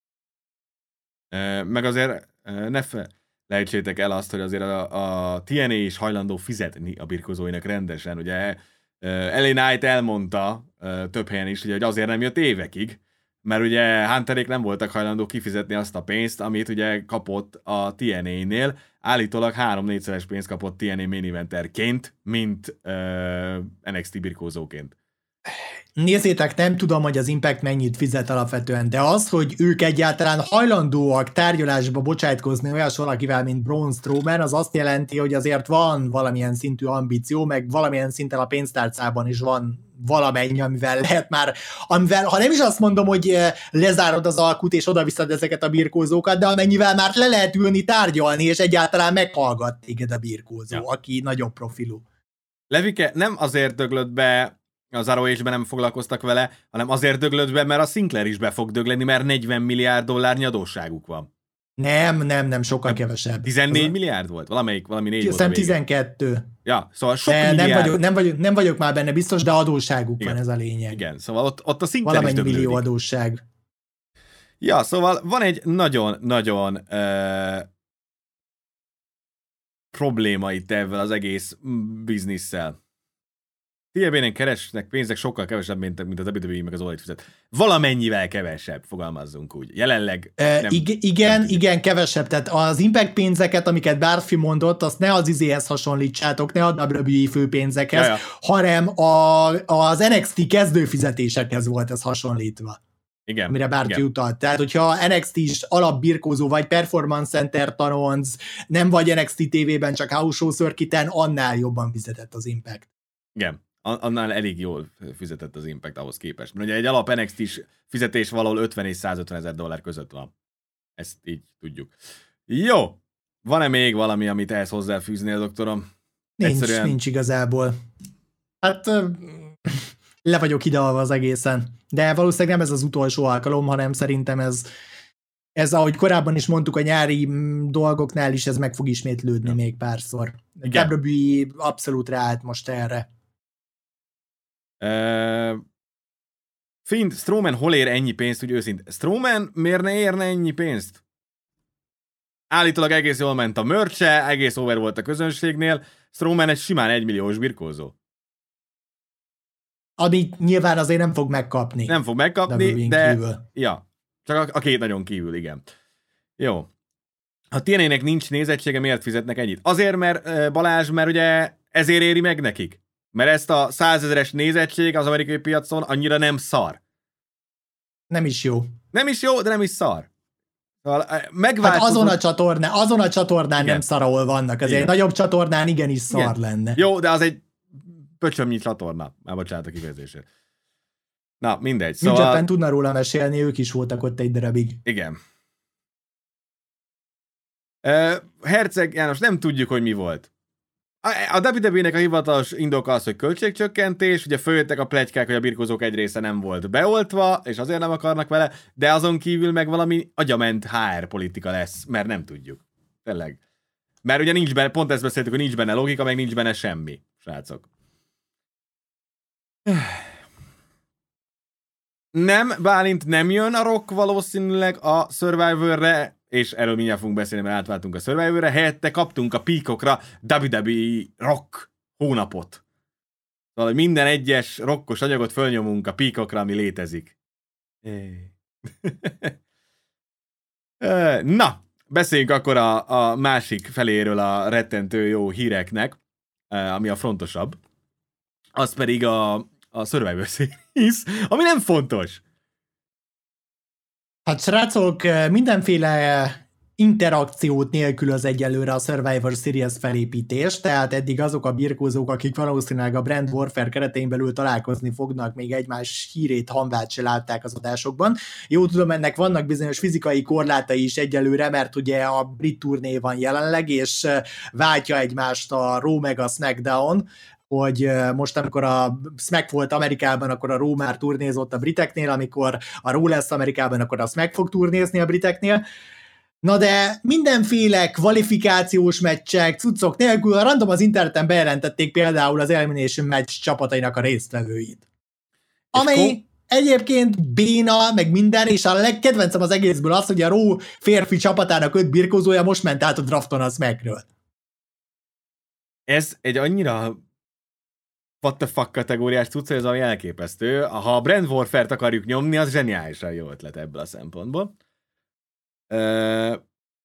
E, meg azért ne felejtsétek el azt, hogy azért a, a té en á is hajlandó fizetni a birkozóinak rendesen, ugye el á Knight elmondta uh, több helyen is, ugye, hogy azért nem jött évekig, mert ugye Hunterék nem voltak hajlandó kifizetni azt a pénzt, amit ugye kapott a té en á-nél. Állítólag három-négyszeres pénzt kapott té en á main eventerként, mint uh, en iksz té birkózóként. Nézzétek, nem tudom, hogy az Impact mennyit fizet alapvetően, de az, hogy ők egyáltalán hajlandóak tárgyalásba bocsájtkozni olyas valakivel, mint Braun Strowman, az azt jelenti, hogy azért van valamilyen szintű ambíció, meg valamilyen szinten a pénztárcában is van valamennyi, amivel lehet már, amivel, ha nem is azt mondom, hogy lezárod az alkut és odaviszed ezeket a birkózókat, de amennyivel már le lehet ülni, tárgyalni, és egyáltalán meghallgat téged a birkózó, ja. Aki nagyobb profilú. Levike, nem azért döglött be az er o há-ben nem foglalkoztak vele, hanem azért döglött be, mert a Sinclair is be fog dögleni, mert negyven milliárd dollárnyi adósságuk van. Nem, nem, nem, sokkal kevesebb. tizennégy az milliárd volt? Valamelyik, valami négy volt. Aztán tizenkettő. Ja, szóval sok de milliárd. Nem vagyok, nem, vagyok, nem vagyok már benne biztos, de adósságuk igen. van, ez a lényeg. Igen, szóval ott, ott a Sinclair is valamennyi millió adósság. Ja, szóval van egy nagyon-nagyon uh, probléma itt ebben az egész bizniszsel. té el bé-nek keresnek pénzek sokkal kevesebb, mint, mint a dupla vé dupla vé meg az All Elite fizet. Valamennyivel kevesebb, fogalmazzunk úgy. Jelenleg e, nem, ig- Igen, nem igen, kevesebb. Tehát az Impact pénzeket, amiket Barfi mondott, azt ne az izéhez hasonlítsátok, ne a dupla vé dupla vé főpénzekhez, ja, ja. hanem a, az en iksz té kezdőfizetésekhez volt ez hasonlítva. Igen. Amire bárki igen. utalt. Tehát, hogyha en iksz té-s alapbirkózó vagy Performance Center tanonc, nem vagy en iksz té té vében, csak House Show Circuiten, annál jobban fizetett az Impact. Igen. Annál elég jól fizetett az Impact ahhoz képest. Mert ugye egy alap en iksz té-s fizetés valahol ötven és százötven ezer dollár között van. Ezt így tudjuk. Jó! Van-e még valami, amit ehhez hozzáfűznél, doktorom? Nincs, Egyszerűen... nincs igazából. Hát le vagyok idealva az egészen. De valószínűleg nem ez az utolsó alkalom, hanem szerintem ez, ez ahogy korábban is mondtuk, a nyári dolgoknál is ez meg fog ismétlődni ja. még párszor. dupla vé dupla vé abszolút ráállt most erre. Uh, Fint, Strowman hol ér ennyi pénzt, úgy őszintén? Strowman miért ne érne ennyi pénzt? Állítólag egész jól ment a merch-e, egész over volt a közönségnél. Strowman egy simán egymilliós birkózó. Amit nyilván azért nem fog megkapni. Nem fog megkapni, de... Kívül. Ja, csak a, a két nagyon kívül, igen. Jó. Ha té en á-nek nincs nézettsége, miért fizetnek ennyit? Azért, mert Balázs, mert ugye ezért éri meg nekik. Mert ezt a százezeres nézettség az amerikai piacon annyira nem szar. Nem is jó. Nem is jó, de nem is szar. Hát azon a csatornán, azon a csatornán igen. nem szar, ahol vannak. Azért egy nagyobb csatornán igenis szar igen. lenne. Jó, de az egy pöcsömnyi csatorna. Már bocsánat a kifejezésért. Na, mindegy. Szóval... Mindjárt tudna róla mesélni, ők is voltak ott egy darabig. Igen. Uh, Herceg János, nem tudjuk, hogy mi volt. A dupla vé dupla vé-nek a hivatalos indoka az, hogy költségcsökkentés, ugye följöttek a pletykák, hogy a birkózók egy része nem volt beoltva, és azért nem akarnak vele, de azon kívül meg valami agyament há er politika lesz, mert nem tudjuk. Tényleg. Mert ugye nincs benne, pont ezt beszéltük, hogy nincs benne logika, meg nincs benne semmi, srácok. Nem, Bálint nem jön a Rock valószínűleg a Survivorre, és erről mindjárt fogunk beszélni, mert átváltunk a Survivorre, helyette kaptunk a Peacockra dupla vé dupla vé Rock hónapot. Szóval minden egyes rockos anyagot fölnyomunk a Peacockra, ami létezik. Na, beszéljünk akkor a, a másik feléről a rettentő jó híreknek, ami a fontosabb. Az pedig a, a Survivor Series, ami nem fontos. Hát srácok, mindenféle interakciót nélkül az egyelőre a Survivor Series felépítés, tehát eddig azok a birkózók, akik valószínűleg a Brand Warfare keretein belül találkozni fognak, még egymás hírét, hanvát se látták az adásokban. Jó tudom, ennek vannak bizonyos fizikai korlátai is egyelőre, mert ugye a brit turné van jelenleg, és váltja egymást a Raw meg a SmackDown, hogy most, amikor a Smack volt Amerikában, akkor a Raw már turnézott a briteknél, amikor a Raw lesz Amerikában, akkor a Smack fog turnézni a briteknél. Na de mindenféle kvalifikációs meccsek, cuccok nélkül a random az interneten bejelentették például az Elimination Match csapatainak a résztvevőit. Amely ko- egyébként béna, meg minden, és a legkedvencem az egészből az, hogy a Raw férfi csapatának öt birkózója most ment át a drafton a Smackről. Ez egy annyira what the fuck kategóriás cucca, ez ami elképesztő. Ha a Brand Warfare-t akarjuk nyomni, az zseniálisan jó ötlet ebből a szempontból. Uh,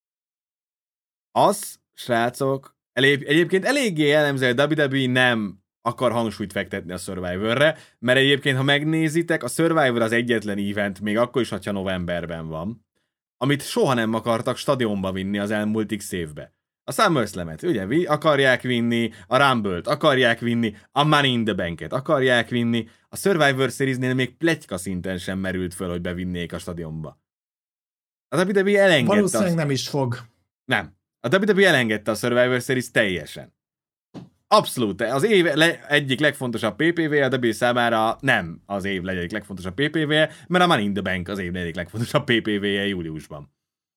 az, srácok, elég, egyébként eléggé jellemző, hogy a dupla vé dupla vé nem akar hangsúlyt fektetni a Survivorre, mert egyébként, ha megnézitek, a Survivor az egyetlen event, még akkor is, ha novemberben van, amit soha nem akartak stadionba vinni az elmúlt x évbe. A SummerSlam-et ugye akarják vinni, a Rumble-t akarják vinni, a Money in the Bank-et akarják vinni, a Survivor Series-nél még pletyka szinten sem merült föl, hogy bevinnék a stadionba. A dupla vé dupla vé elengedte... Valószínűleg nem is fog. Nem. A dupla vé dupla vé elengedte a Survivor Series teljesen. Abszolút. Az év le- egyik legfontosabb pé pé vé, a dupla vé dupla vé számára nem az év egyik legfontosabb pé pé vé, mert a Money in the Bank az év egyik legfontosabb pé pé vé júliusban.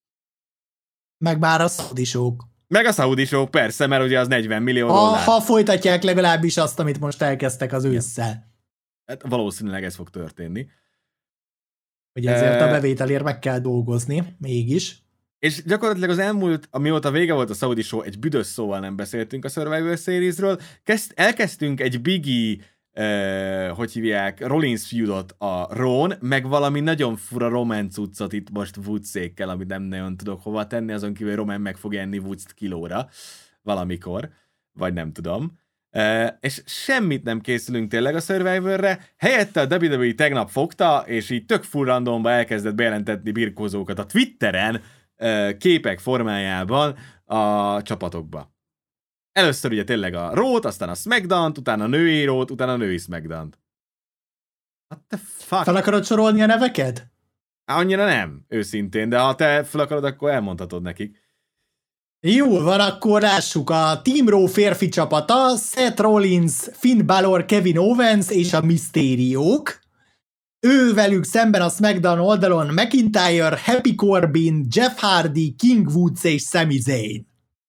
Meg már a szaudisók. Meg a szaudisók, persze, mert ugye az negyven millió dollár. Ha, ha folytatják legalábbis azt, amit most elkezdtek az ősszel. Hát valószínűleg ez fog történni. Hogy ezért a bevételért meg kell dolgozni, mégis. És gyakorlatilag az elmúlt, amióta vége volt a Saudi Show, egy büdös szóval nem beszéltünk a Survivor Series-ről. Kezd, elkezdtünk egy Biggie, eh, hogy hívják, Rollins feudot a Raw-n, meg valami nagyon fura Roman cuccot itt most Woodszékkel, amit nem nagyon tudok hova tenni, azon kívül Roman meg fog enni Woods kilóra valamikor, vagy nem tudom. Uh, és semmit nem készülünk tényleg a Survivorre, helyette a dupla vé dupla vé tegnap fogta, és így tök full randomba elkezdett bejelentetni birkózókat a Twitteren uh, képek formájában a csapatokba. Először ugye tényleg a Raw-t, aztán a SmackDown-t, utána a női Raw-t, utána a női SmackDown-t. What the fuck? Fel akarod sorolni a neveket? Annyira nem, őszintén, de ha te fel akarod, akkor elmondhatod nekik. Jól van, akkor lássuk a Team Raw férfi csapata, Seth Rollins, Finn Balor, Kevin Owens és a Mysteriók. Ő velük szemben a SmackDown oldalon McIntyre, Happy Corbin, Jeff Hardy, King Woods és Sami Zayn.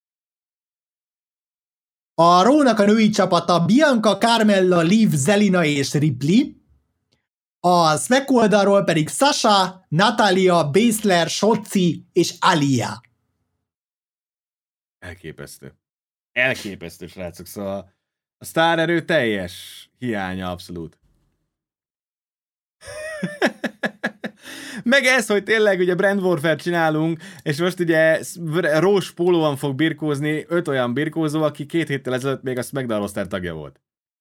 A Raw-nak a női csapata Bianca, Carmella, Liv, Zelina és Ripley. A Smack oldalról pedig Sasha, Natalia, Baszler, Shotzi és Alia. Elképesztő. Elképesztő, srácok. Szóval a sztárerő teljes hiánya abszolút. Meg ez, hogy tényleg ugye brand warfare csinálunk, és most ugye Rós pólóan fog birkózni öt olyan birkózó, aki két héttel ezelőtt még a SmackDown roster tagja volt.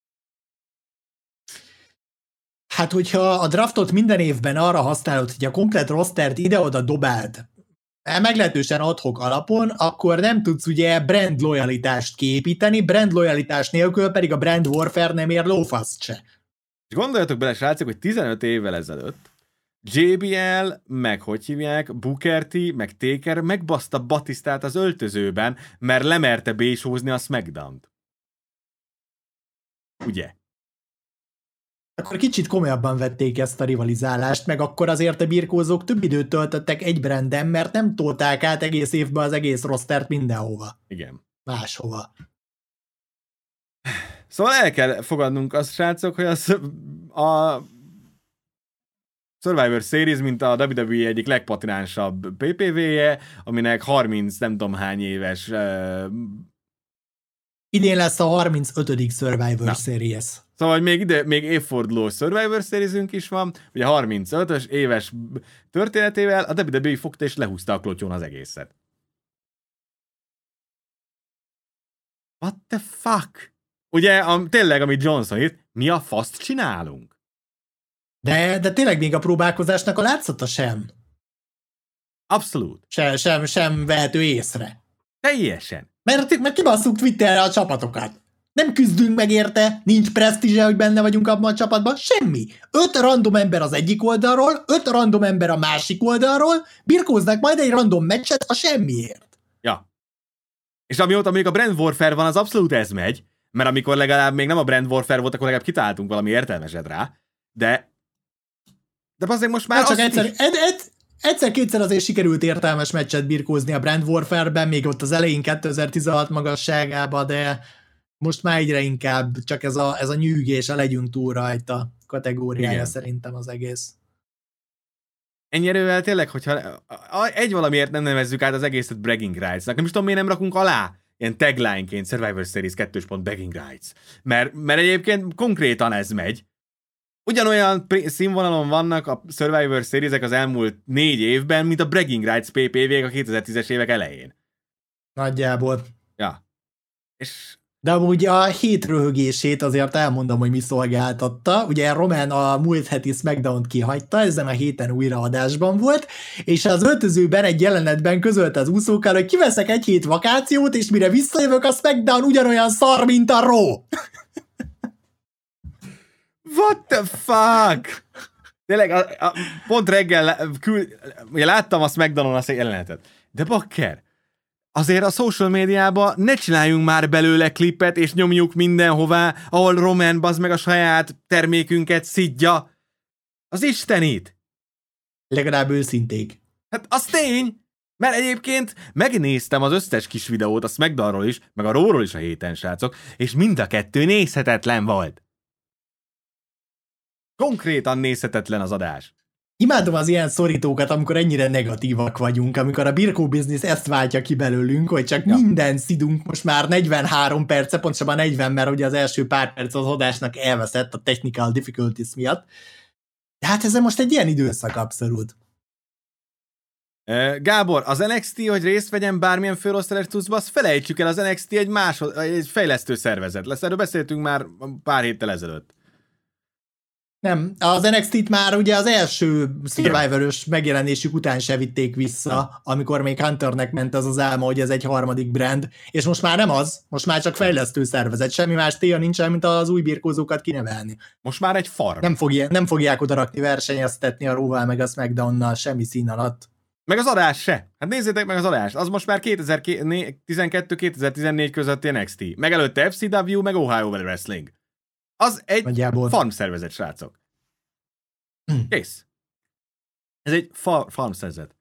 Hát, hogyha a draftot minden évben arra használod, hogy a komplet rostert ide-oda dobáld, meglehetősen ad-hoc alapon, akkor nem tudsz ugye brand lojalitást kiépíteni, brand lojalitás nélkül pedig a brand warfare nem ér lófaszt se. És gondoljatok bele, srácok, hogy tizenöt évvel ezelőtt jé bé el, meg hogy hívják, Booker T, meg Taker megbaszta Batistát az öltözőben, mert lemerte bésózni a SmackDown-t. Ugye? Akkor kicsit komolyabban vették ezt a rivalizálást, meg akkor azért a birkózók több időt töltöttek egy branden, mert nem tolták át egész évben az egész rostert mindenhova. Igen. Máshova. Szóval el kell fogadnunk azt, srácok, hogy az, a Survivor Series, mint a dupla vé dupla vé egyik legpatinánsabb pé pé vé-je, aminek harminc nem tudom hány éves... Uh... Idén lesz a harmincötödik Survivor Na. Series. Szóval még ide, még évfordulós Survivor Series-ünk is van, ugye harmincötös éves történetével a dupla vé dupla vé fogta és lehúzta a klotyón az egészet. What the fuck? Ugye a, tényleg, amit Johnson írt, mi a faszt csinálunk? De, de tényleg még a próbálkozásnak a látszata sem. Abszolút. Sem, sem, sem vehető észre. Teljesen. Mert, mert kibasszuk Twitterre a csapatokat. Nem küzdünk meg érte, nincs presztízse, hogy benne vagyunk abban a csapatban, semmi. Öt random ember az egyik oldalról, öt random ember a másik oldalról, birkóznak majd egy random meccset a semmiért. Ja. És amióta még a brand warfare van, az abszolút ez megy, mert amikor legalább még nem a brand warfare volt, akkor legalább kitaláltunk valami értelmeset rá, de de azért most már... Hát csak egyszer, ed, ed, egyszer-kétszer azért sikerült értelmes meccset birkózni a brand warfare-ben, még ott az elején kétezer-tizenhat magasságában, de most már egyre inkább csak ez a, ez a nyűgés, a legyünk túl rajta kategóriája. Igen. Szerintem az egész. Ennyi erővel tényleg, hogyha egy valamiért nem nevezzük át az egészet bragging rights-nak, nem is tudom, miért nem rakunk alá ilyen tagline-ként Survivor Series kettő pont bragging rights. Mert, mert egyébként konkrétan ez megy. Ugyanolyan színvonalon vannak a Survivor Series-ek az elmúlt négy évben, mint a bragging rights pé pé vé-k a kétezer-tízes évek elején. Nagyjából. Ja. És... De amúgy a hét röhögését azért elmondom, hogy mi szolgáltatta. Ugye Roman a múlt heti SmackDown-t kihagyta, ezen a héten újraadásban volt, és az öltözőben egy jelenetben közölte az úszókkal, hogy kiveszek egy hét vakációt, és mire visszajövök, a SmackDown ugyanolyan szar, mint a Raw. What the fuck? Tényleg, a, a, pont reggel kül, ugye láttam a SmackDown-on azt a jelenetet. De bakker, azért a social médiában ne csináljunk már belőle klipet, és nyomjuk mindenhová, ahol Roman bazd meg a saját termékünket szidja. Az istenit! Legalább őszinték. Hát az tény, mert egyébként megnéztem az összes kis videót a SmackDownról is, meg a Raw-ról is a héten, srácok, és mind a kettő nézhetetlen volt. Konkrétan nézhetetlen az adás. Imádom az ilyen szorítókat, amikor ennyire negatívak vagyunk, amikor a birkó biznisz ezt váltja ki belőlünk, hogy csak ja. minden szidunk most már negyvenhárom perce, pontosabban negyven, mert ugye az első pár perc az adásnak elveszett a technical difficulties miatt. De hát ez most egy ilyen időszak abszolút. Gábor, az en iksz té, hogy részt vegyen bármilyen főroszteles tuszba, azt felejtsük el, az en iksz té egy, másod, egy fejlesztő szervezet lesz. Erről beszéltünk már pár héttel ezelőtt. Nem, az en iksz té-t már ugye az első Survivor-ös megjelenésük után se vitték vissza, amikor még Hunternek ment az az álma, hogy ez egy harmadik brand, és most már nem az, most már csak fejlesztő szervezet, semmi más téja nincsen, mint az új birkózókat kinevelni. Most már egy farm. Nem, fogja, nem fogják odarakni versenyeztetni a Raw-val meg a SmackDown-nal semmi szín alatt. Meg az adás se. Hát nézzétek meg az adást. Az most már kétezer-tizenkettő kétezer-tizennégy közötti en iksz té. Meg előtte ef cé vé, meg Ohio Wrestling. Az egy Nagyjából. farm szervezet, srácok. Hm. Kész. Ez egy fa- farm szervezet.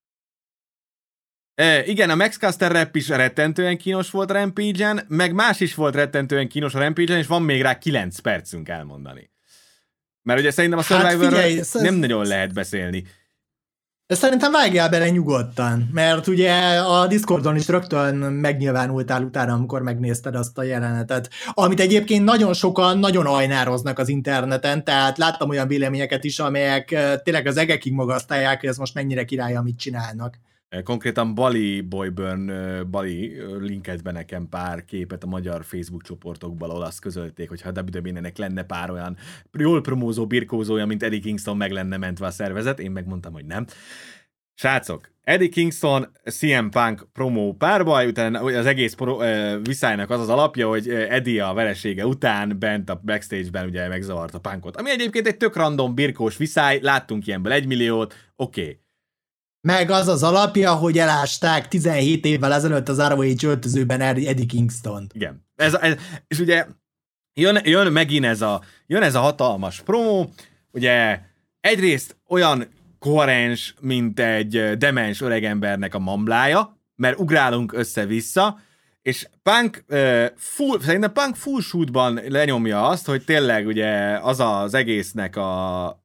E, igen, a Max Caster rap is rettentően kínos volt a Rampage-en, meg más is volt rettentően kínos a Rampage-en, és van még rá kilenc percünk elmondani. Mert ugye szerintem a Survivorról hát nem nagyon lehet beszélni. Szerintem vágjál bele nyugodtan, mert ugye a Discordon is rögtön megnyilvánultál utána, amikor megnézted azt a jelenetet, amit egyébként nagyon sokan nagyon ajnároznak az interneten, tehát láttam olyan véleményeket is, amelyek tényleg az egekig magasztalják, hogy ez most mennyire király, amit csinálnak. Konkrétan Bali Boyburn, Bali linkelt be nekem pár képet a magyar Facebook csoportokból, ahol azt közölték, hogy ha a dupla vé dupla vé-nek lenne pár olyan jól promózó, birkózója, mint Eddie Kingston, meg lenne mentve a szervezet. Én megmondtam, hogy nem. Srácok, Eddie Kingston, cé em Punk promó párbaj, utána az egész pro, uh, viszálynak az az alapja, hogy Eddie a veresége után bent a backstage-ben ugye megzavart a Punkot. Ami egyébként egy tök random birkós viszály, láttunk ilyenből egy milliót, oké. Okay. Meg az az alapja, hogy elásták tizenhét évvel ezelőtt az er o há öltözőben Eddie Kingston-t. Igen. Ez, ez, és ugye jön, jön megint ez a, jön ez a hatalmas promó, ugye egyrészt olyan koherens, mint egy demens öregembernek a mamlája, mert ugrálunk össze-vissza, és Punk, uh, full, szerintem Punk full shootban lenyomja azt, hogy tényleg ugye az az egésznek a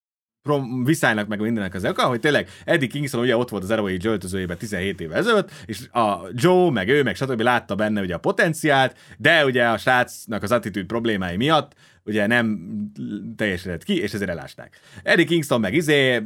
viszálynak meg mindennek az oka, hogy tényleg Eddie Kingston ugye ott volt az er o há öltözőjében tizenhét évvel ezelőtt, és a Joe, meg ő, meg stb. Látta benne ugye a potenciált, de ugye a srácnak az attitűd problémái miatt ugye nem teljesedett ki, és ezért elásták. Eddie Kingston meg izé,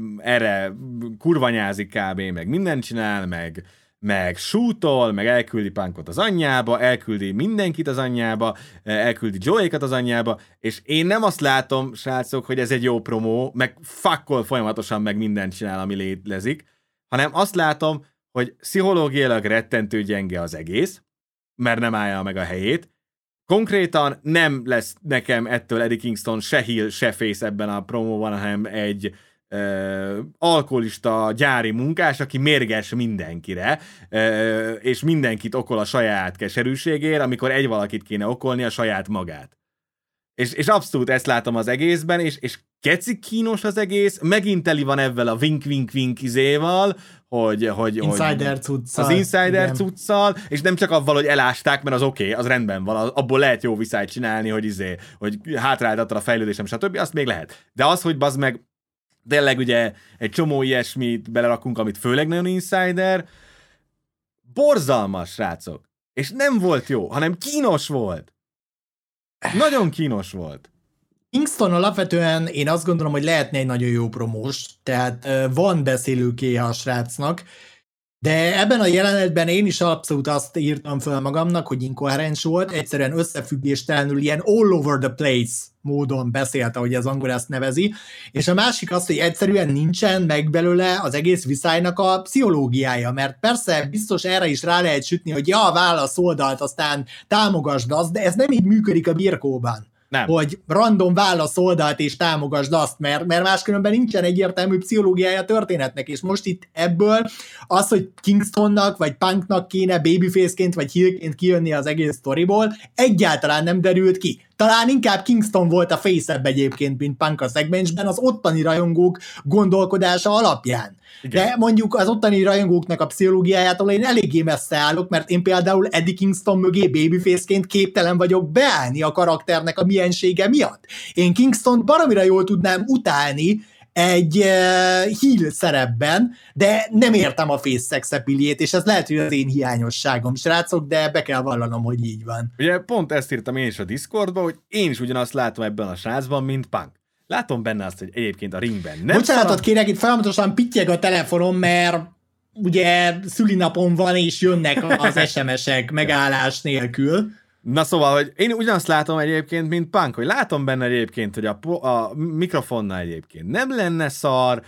erre kurvanyázik kb, meg mindent csinál, meg meg shootol, meg elküldi Punkot az anyjába, elküldi mindenkit az anyjába, elküldi Joey-kat az anyjába, és én nem azt látom, srácok, hogy ez egy jó promó, meg fuckol folyamatosan meg mindent csinál, ami létezik, hanem azt látom, hogy pszichológiailag rettentő gyenge az egész, mert nem állja meg a helyét. Konkrétan nem lesz nekem ettől Eddie Kingston se heel, se face ebben a promóban, hanem egy Uh, alkoholista gyári munkás, aki mérges mindenkire, uh, és mindenkit okol a saját keserűségért, amikor egy valakit kéne okolni a saját magát. És, és abszolút ezt látom az egészben, és, és keci kínos az egész, megint teli van ebben a wink-wink-wink izéval, hogy, hogy, insider hogy cuccal. Az insider cuccal, és nem csak avval, hogy elásták, mert az oké, okay, az rendben van, abból lehet jó viszályt csinálni, hogy izé, hogy hátráltatta a fejlődésem, stb. Azt még lehet. De az, hogy bazd meg tényleg ugye egy csomó ilyesmit belerakunk, amit főleg nagyon insider, borzalmas, srácok. És nem volt jó, hanem kínos volt. Nagyon kínos volt. Kingston alapvetően én azt gondolom, hogy lehetne egy nagyon jó promós, tehát van beszélőkéje a srácnak, de ebben a jelenetben én is abszolút azt írtam fel magamnak, hogy inkoherens volt, egyszerűen összefüggéstelenül ilyen all over the place módon beszélt, ahogy az angol ezt nevezi, és a másik az, hogy egyszerűen nincsen meg belőle az egész viszálynak a pszichológiája, mert persze biztos erre is rá lehet sütni, hogy ja, válasz oldalt, aztán támogasd azt, de ez nem így működik a birkóban. Nem. Hogy random válasz oldalt és támogasd azt, mert, mert máskülönben nincsen egyértelmű pszichológiája a történetnek, és most itt ebből az, hogy Kingstonnak vagy Punknak kéne babyface-ként vagy heelként kijönni az egész sztoriból, egyáltalán nem derült ki. Talán inkább Kingston volt a face-ebb egyébként, mint Punk a szegmensben, az ottani rajongók gondolkodása alapján. Igen. De mondjuk az ottani rajongóknak a pszichológiájától én eléggé messze állok, mert én például Eddie Kingston mögé babyface-ként képtelen vagyok beállni a karakternek a miensége miatt. Én Kingston baromira jól tudnám utálni egy uh, heel szerepben, de nem értem a face sex appeal-jét, és ez lehet, hogy az én hiányosságom, srácok, de be kell vallanom, hogy így van. Ugye pont ezt írtam én is a Discordba, hogy én is ugyanazt látom ebben a srácban, mint Punk. Látom benne azt, hogy egyébként a ringben nem... Bocsánatot szarab... kérek, itt folyamatosan pittyeg a telefonom, mert ugye szülinapom van, és jönnek az es em es-ek megállás nélkül. Na szóval, hogy én ugyanazt látom egyébként, mint Punk, hogy látom benne egyébként, hogy a, a mikrofonnal egyébként nem lenne szar,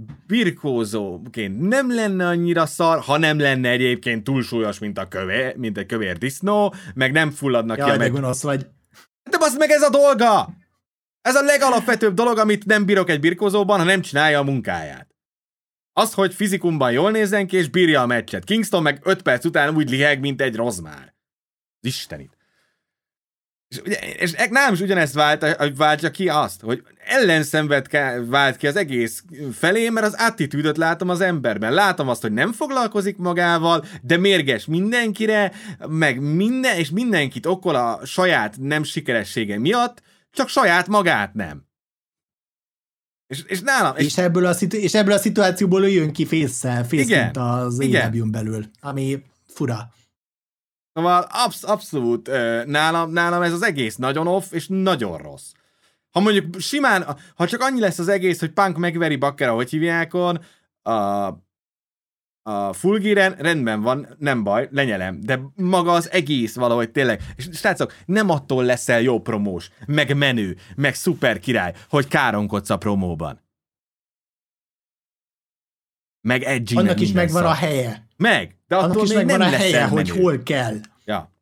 birkózóként nem lenne annyira szar, ha nem lenne egyébként túlsúlyos, mint a kövé, mint egy kövér disznó, meg nem fulladnak Jaj, ki a meg... meg... gonosz vagy. De az meg ez a dolga! Ez a legalapvetőbb dolog, amit nem bírok egy birkózóban, ha nem csinálja a munkáját. Az, hogy fizikumban jól nézzen ki, és bírja a meccset. Kingston meg öt perc után úgy liheg, mint egy rozmár. Istenit. És, és nálam is ugyanezt vált, váltja ki azt, hogy ellenszenved vált ki az egész felé, mert az attitűdöt látom az emberben. Látom azt, hogy nem foglalkozik magával, de mérges mindenkire, meg minden, és mindenkit okol a saját nem sikeressége miatt, csak saját magát nem. És, és nálam... És, és, ebből a szitu- és ebből a szituációból jön ki fészszel, fészként az á dupla vé-n belül, ami fura. Szóval absz- abszolút nálam, nálam ez az egész nagyon off, és nagyon rossz. Ha mondjuk simán, ha csak annyi lesz az egész, hogy Punk megveri Bakker, ahogy hívjákon, a, a Full Gear-en, rendben van, nem baj, lenyelem, de maga az egész valahogy tényleg, és srácok, nem attól leszel jó promós, meg menő, meg szuper király, hogy káromkodsz a promóban. Meg edgy, annak is megvan a helye. Meg, de attól annak is még megvan nem a helye, leszel hogy menő. hol kell. Ja.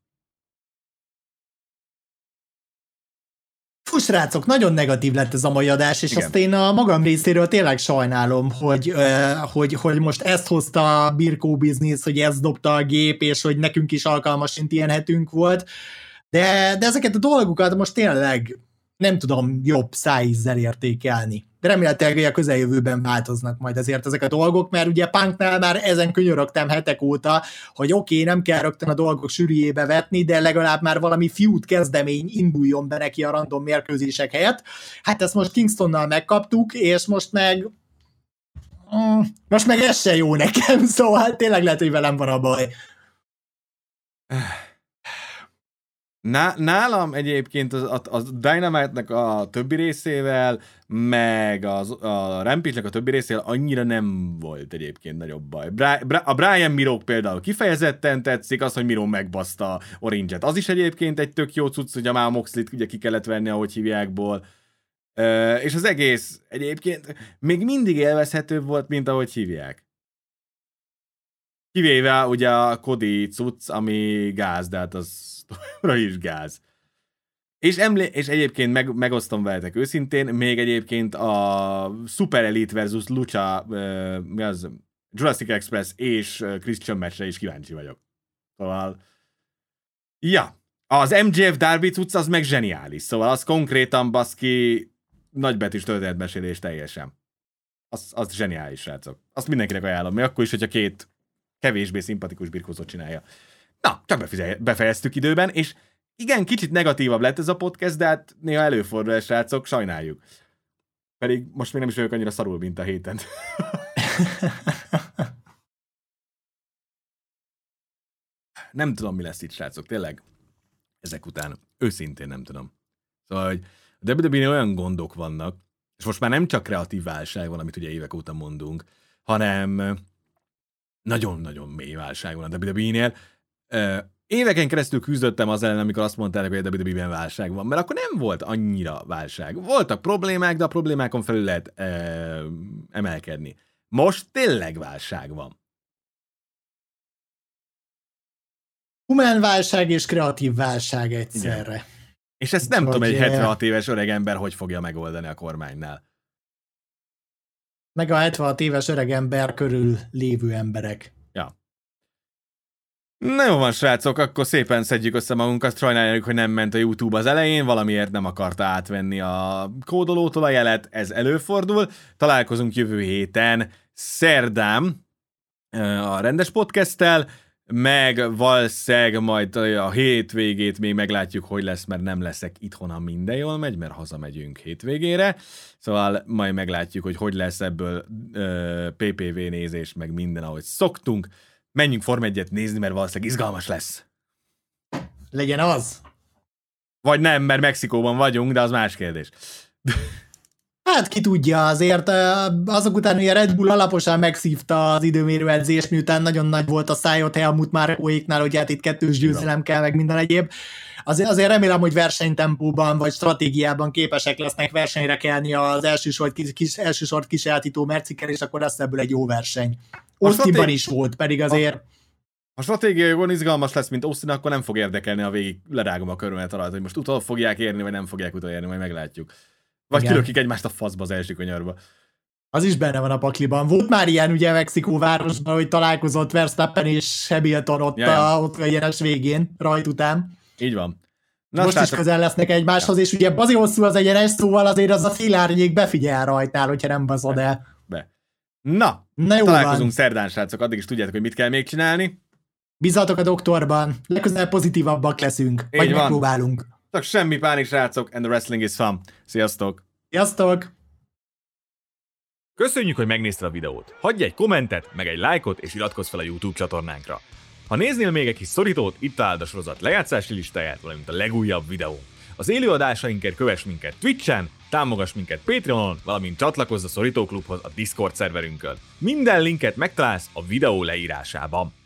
Fú, srácok, nagyon negatív lett ez a mai adás, és Igen. azt én a magam részéről tényleg sajnálom, hogy, uh, hogy, hogy most ezt hozta a Birkó Business, hogy ezt dobta a gép, és hogy nekünk is alkalmasint ilyen hetünk volt, de, de ezeket a dolgokat most tényleg nem tudom jobb szájízzel értékelni. De remélhetőleg a közeljövőben változnak majd azért ezek a dolgok, mert ugye Punknál már ezen könyörögtem hetek óta, hogy oké, okay, nem kell rögtön a dolgok sűrűjébe vetni, de legalább már valami feud kezdemény induljon be neki a random mérkőzések helyett. Hát ezt most Kingstonnal megkaptuk, és most meg mm, most meg ez se jó nekem, szóval tényleg lehet, hogy velem van a baj. Ná, nálam egyébként az, a, a Dynamite-nek a többi részével, meg az, a Rampage-nek a többi részével annyira nem volt egyébként nagyobb baj. Bra, Bra, a Brian Miró például kifejezetten tetszik, az, hogy Miró megbaszta Orange-et. Az is egyébként egy tök jó cucc, hogy a már Moxley-t ugye ki kellett venni, ahogy hívjákból. Uh, és az egész egyébként még mindig élvezhetőbb volt, mint ahogy hívják. Kivéve ugye a Cody cucc, ami gáz, de hát az továbbra is gáz. És, emlé- és egyébként meg, megosztom veletek őszintén, még egyébként a Super Elite versus Lucha, uh, mi az, Jurassic Express és Christian matchre is kíváncsi vagyok. Szóval, ja, az em jé ef Darby cucc az meg zseniális, szóval az konkrétan baszki nagybetűs történetmesélés teljesen. Az, az zseniális, srácok. Azt mindenkinek ajánlom, még akkor is, hogyha két kevésbé szimpatikus birkózót csinálja. Na, csak befejeztük időben, és igen, kicsit negatívabb lett ez a podcast, de hát néha előfordul ez, srácok, sajnáljuk. Pedig most még nem is vagyok annyira szarul, mint a héten. Nem tudom, mi lesz itt, srácok, tényleg. Ezek után őszintén nem tudom. Szóval, hogy a dupla vé dupla vé-nél olyan gondok vannak, és most már nem csak kreatív válság van, amit ugye évek óta mondunk, hanem nagyon-nagyon mély válság van a dupla vé dupla vé-nél. Éveken keresztül küzdöttem az ellen, amikor azt mondták, hogy a dupla vé dupla vé-ben válság van, mert akkor nem volt annyira válság. Voltak problémák, de a problémákon felül lehet e, emelkedni. Most tényleg válság van. Humán válság és kreatív válság egyszerre. Igen. És ezt nem hogy tudom, egy hetvenhat éves öreg ember hogy fogja megoldani a kormánynál. Meg a hetvenhat éves öreg ember körül lévő emberek. Ja. Na jó van, srácok, akkor szépen szedjük össze magunkat, sajnáljuk, hogy nem ment a YouTube az elején, valamiért nem akarta átvenni a kódolótól a jelet, ez előfordul. Találkozunk jövő héten, szerdán a rendes podcasttel, meg valószínűleg majd a hétvégét még meglátjuk, hogy lesz, mert nem leszek itthon, ha minden jól megy, mert hazamegyünk hétvégére. Szóval majd meglátjuk, hogy hogy lesz ebből ö, pé pé vé nézés, meg minden, ahogy szoktunk. Menjünk Form egyet nézni, mert valószínűleg izgalmas lesz. Legyen az. Vagy nem, mert Mexikóban vagyunk, de az más kérdés. Hát ki tudja, azért azok után, hogy a Red Bull alaposan megszívta az időmérő edzést, miután nagyon nagy volt a szájot Helmut Markoéknál, hogy hát itt kettős győzelem kell, meg minden egyéb. Azért, azért remélem, hogy versenytempóban vagy stratégiában képesek lesznek versenyre kelni az első sort, kis, első sort kisajátító Merciker, és akkor lesz ebből egy jó verseny. Austinban stratég... is volt, pedig azért... Ha, ha stratégiai olyan izgalmas lesz, mint Austin, akkor nem fog érdekelni, a végig lerágom a körömet alatt, hogy most utol fogják érni, vagy nem fogják utolérni, majd meglátjuk. Vagy igen, kilökik egymást a faszba az első kanyarba. Az is benne van a pakliban. Volt már ilyen ugye Mexikó városban, hogy találkozott Verstappen és Hamilton ott, ja, a, ott a egyenes végén, rajt után. Így van. Na, most státok... is közel lesznek egymáshoz, ja, és ugye azért hosszú az egyenes, szóval azért az a szélárnyék befigyel rajtál, hogyha nem baszod el. Be. Na, Na jó találkozunk van. Szerdán, srácok, addig is tudjátok, hogy mit kell még csinálni. Bízzatok a doktorban, legközelebb pozitívabbak leszünk, így vagy van. Megpróbálunk. Csak semmi pánik, srácok, and the wrestling is fun. Sziasztok! Sziasztok! Köszönjük, hogy megnézted a videót. Hagyj egy kommentet, meg egy lájkot, és iratkozz fel a YouTube csatornánkra. Ha néznél még egy kis szorítót, itt találd a sorozat lejátszási listáját, valamint a legújabb videó. Az élőadásainkért kövess minket Twitchen, támogass minket Patreonon, valamint csatlakozz a Szorító Klubhoz a Discord szerverünkön. Minden linket megtalálsz a videó leírásában.